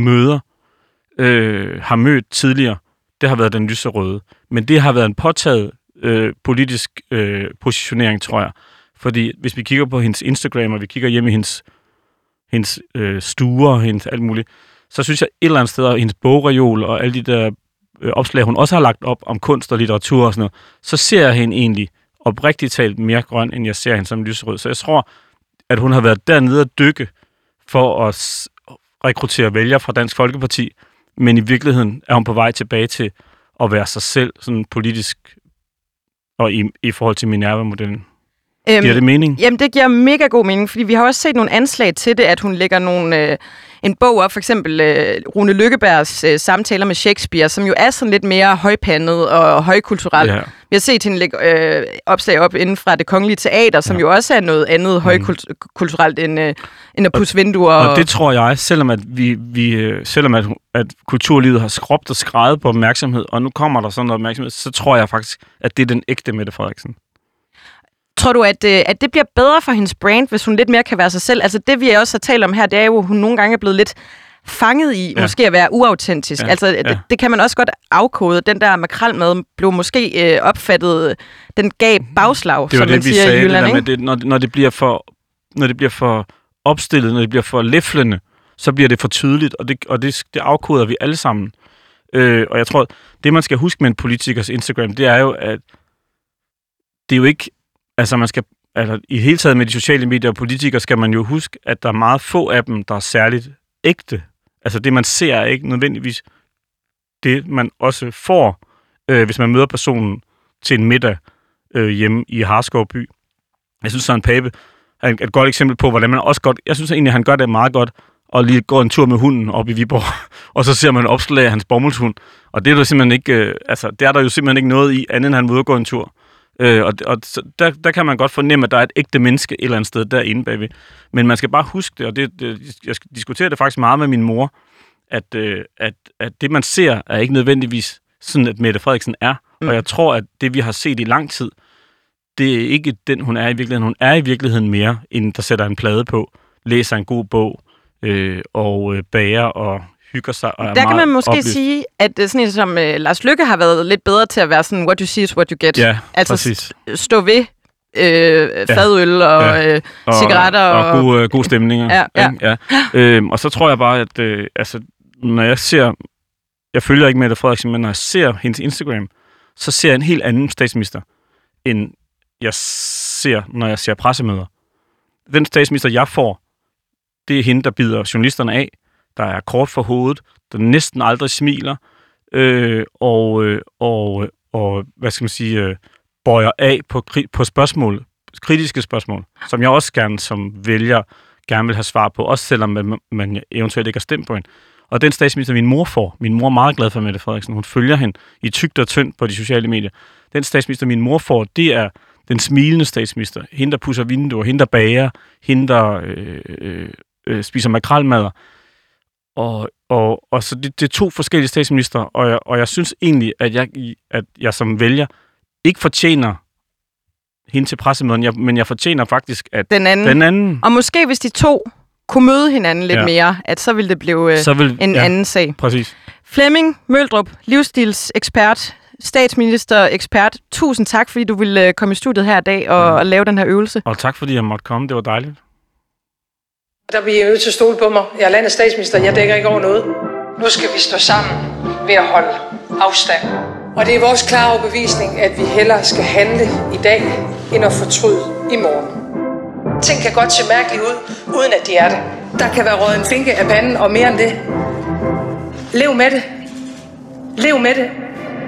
har mødt tidligere, det har været den lyserøde. Men det har været en påtaget politisk positionering, tror jeg. Fordi hvis vi kigger på hendes Instagram, og vi kigger hjemme i hendes stuer og hendes alt muligt, så synes jeg et eller andet sted, hendes bogreol og alle de der opslag, hun også har lagt op om kunst og litteratur og sådan noget, så ser jeg hende egentlig oprigtigt talt mere grøn, end jeg ser hende som lyserød. Så jeg tror, at hun har været dernede at dykke for at rekruttere vælgere fra Dansk Folkeparti, men i virkeligheden er hun på vej tilbage til at være sig selv, sådan politisk og i forhold til Minerva-modellen. Giver det mening? Jamen, det giver mega god mening, fordi vi har også set nogle anslag til det, at hun lægger en bog op, for eksempel Rune Lykkebergs samtaler med Shakespeare, som jo er sådan lidt mere højpandet og højkulturelt. Ja. Vi har set hende lægge opslag op inden fra Det Kongelige Teater, som jo også er noget andet højkulturelt end at pusse vinduer. Og det tror jeg, selvom at kulturlivet har skråbt og skreget på opmærksomhed, og nu kommer der sådan noget opmærksomhed, så tror jeg faktisk, at det er den ægte Mette Frederiksen. Tror du, at det bliver bedre for hendes brand, hvis hun lidt mere kan være sig selv? Altså det, vi også har talt om her, det er jo, at hun nogle gange er blevet lidt fanget i, måske at være uautentisk. Ja. Altså det kan man også godt afkode. Den der makrelmad blev måske opfattet, den gav bagslag, som man siger i Jylland, ikke? Det, når det bliver for opstillet, når det bliver for læflende, så bliver det for tydeligt, og det afkoder vi alle sammen. Og jeg tror, det man skal huske med en politikers Instagram, det er jo, at det er jo ikke... Altså i hele taget med de sociale medier og politikere skal man jo huske, at der er meget få af dem, der er særligt ægte. Altså det, man ser, er ikke nødvendigvis det, man også får, hvis man møder personen til en middag hjemme i Harskov by. Jeg synes, Søren Pape er et godt eksempel på, hvordan man også godt... Jeg synes egentlig, han gør det meget godt, og lige går en tur med hunden op i Viborg, og så ser man et opslag af hans bomuldshund. Og det er der simpelthen ikke... det er der jo simpelthen ikke noget i, andet end han vil ud og gå en tur. Og der kan man godt fornemme, at der er et ægte menneske et eller andet sted derinde bagved. Men man skal bare huske det, og jeg diskuterer det faktisk meget med min mor, at det, man ser, er ikke nødvendigvis sådan, at Mette Frederiksen er. Og jeg tror, at det, vi har set i lang tid, det er ikke den, hun er i virkeligheden. Hun er i virkeligheden mere, end der sætter en plade på, læser en god bog, og bager og hygger sig. Og der kan man måske sige, at sådan en som Lars Løkke har været lidt bedre til at være sådan, what you see is what you get. Ja, altså præcis. Stå ved fadøl og cigaretter. Og gode stemninger. Ja. Og så tror jeg bare, at når jeg ser... Jeg følger ikke Mette Frederiksen, men når jeg ser hendes Instagram, så ser jeg en helt anden statsminister, end jeg ser, når jeg ser pressemøder. Den statsminister, jeg får, det er hende, der bider journalisterne af, der er kort for hovedet, der næsten aldrig smiler, og hvad skal man sige, bøjer af på spørgsmål, kritiske spørgsmål, som jeg også gerne som vælger gerne vil have svar på, også selvom man eventuelt ikke har stemt på hende. Og den statsminister, min mor får, min mor er meget glad for Mette Frederiksen, hun følger hende i tykt og tyndt på de sociale medier. Den statsminister, min mor får, det er den smilende statsminister. Hende, der pudser vinduer, hende, der bager, hende, der spiser makrelmadder. Og så det er to forskellige statsminister, og jeg synes egentlig, at jeg som vælger ikke fortjener hende til pressemøden, men jeg fortjener faktisk, at den anden... Og måske hvis de to kunne møde hinanden lidt mere, at så ville det blive en anden sag. Præcis. Flemming Møldrup, livsstilsekspert, statsminister-ekspert. Tusind tak, fordi du ville komme i studiet her i dag og lave den her øvelse. Og tak, fordi jeg måtte komme. Det var dejligt. Der bliver I nødt til at stole på mig. Jeg er landets statsminister. Jeg dækker ikke over noget. Nu skal vi stå sammen ved at holde afstand. Og det er vores klare overbevisning, at vi hellere skal handle i dag, end at fortryde i morgen. Ting kan godt se mærkeligt ud, uden at de er det. Der kan være røget en finke af panden, og mere end det. Lev med det. Lev med det.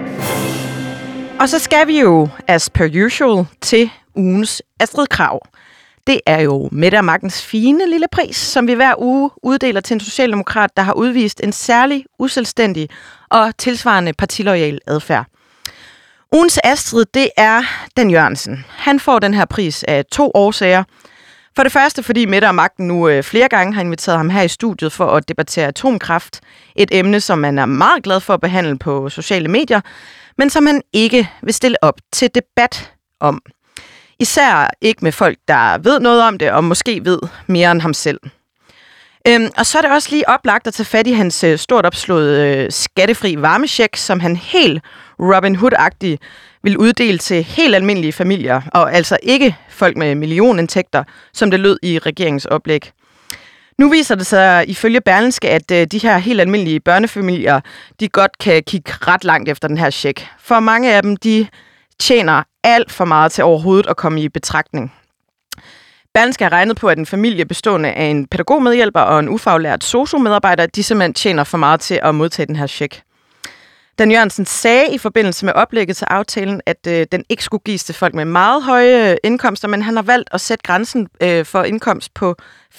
Og så skal vi jo, as per usual, til ugens Astrid Krag. Det er jo Mette og Magtens fine lille pris, som vi hver uge uddeler til en socialdemokrat, der har udvist en særlig uselvstændig og tilsvarende partiloyal adfærd. Ugens Astrid, det er Dan Jørgensen. Han får den her pris af 2 årsager. For det første, fordi Mette og Magten nu flere gange har inviteret ham her i studiet for at debattere atomkraft. Et emne, som man er meget glad for at behandle på sociale medier, men som han ikke vil stille op til debat om. Især ikke med folk, der ved noget om det, og måske ved mere end ham selv. Og så er det også lige oplagt at tage fat i hans stort opslåede skattefri varmecheck, som han helt Robin Hood-agtigt vil uddele til helt almindelige familier, og altså ikke folk med millionindtægter, som det lød i regeringens oplæg. Nu viser det sig ifølge Berlingske, at de her helt almindelige børnefamilier, de godt kan kigge ret langt efter den her check. For mange af dem, de tjener alt for meget til overhovedet at komme i betragtning. Berlingske har regnet på, at en familie bestående af en pædagogmedhjælper og en ufaglært sosu-medarbejder, de simpelthen tjener for meget til at modtage den her check. Dan Jørgensen sagde i forbindelse med oplægget til aftalen, at den ikke skulle gives til folk med meget høje indkomster, men han har valgt at sætte grænsen for indkomst på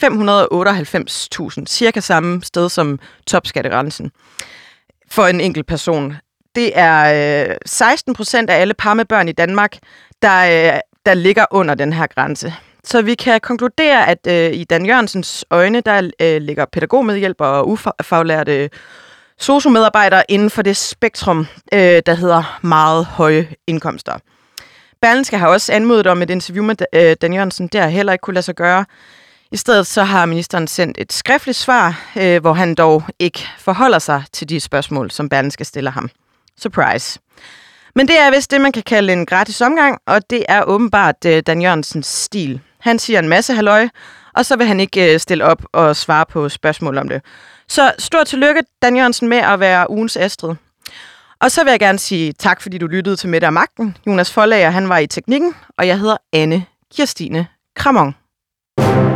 598.000, cirka samme sted som topskattegrænsen for en enkelt person. Det er 16% af alle par med børn i Danmark, der ligger under den her grænse. Så vi kan konkludere, at i Dan Jørgensens øjne, der ligger pædagogmedhjælper og ufaglærte sosu-medarbejdere inden for det spektrum, der hedder meget høje indkomster. Berlingske har også anmodet om et interview med Dan Jørgensen. Det har heller ikke kunne lade sig gøre. I stedet så har ministeren sendt et skriftligt svar, hvor han dog ikke forholder sig til de spørgsmål, som Berlingske stiller ham. Surprise. Men det er vist det, man kan kalde en gratis omgang, og det er åbenbart Dan Jørgensens stil. Han siger en masse halløj, og så vil han ikke stille op og svare på spørgsmål om det. Så stort tillykke, Dan Jørgensen, med at være ugens Astrid. Og så vil jeg gerne sige tak, fordi du lyttede til Mette og Magten. Jonas Forlager, han var i teknikken, og jeg hedder Anne Kirstine Kramon.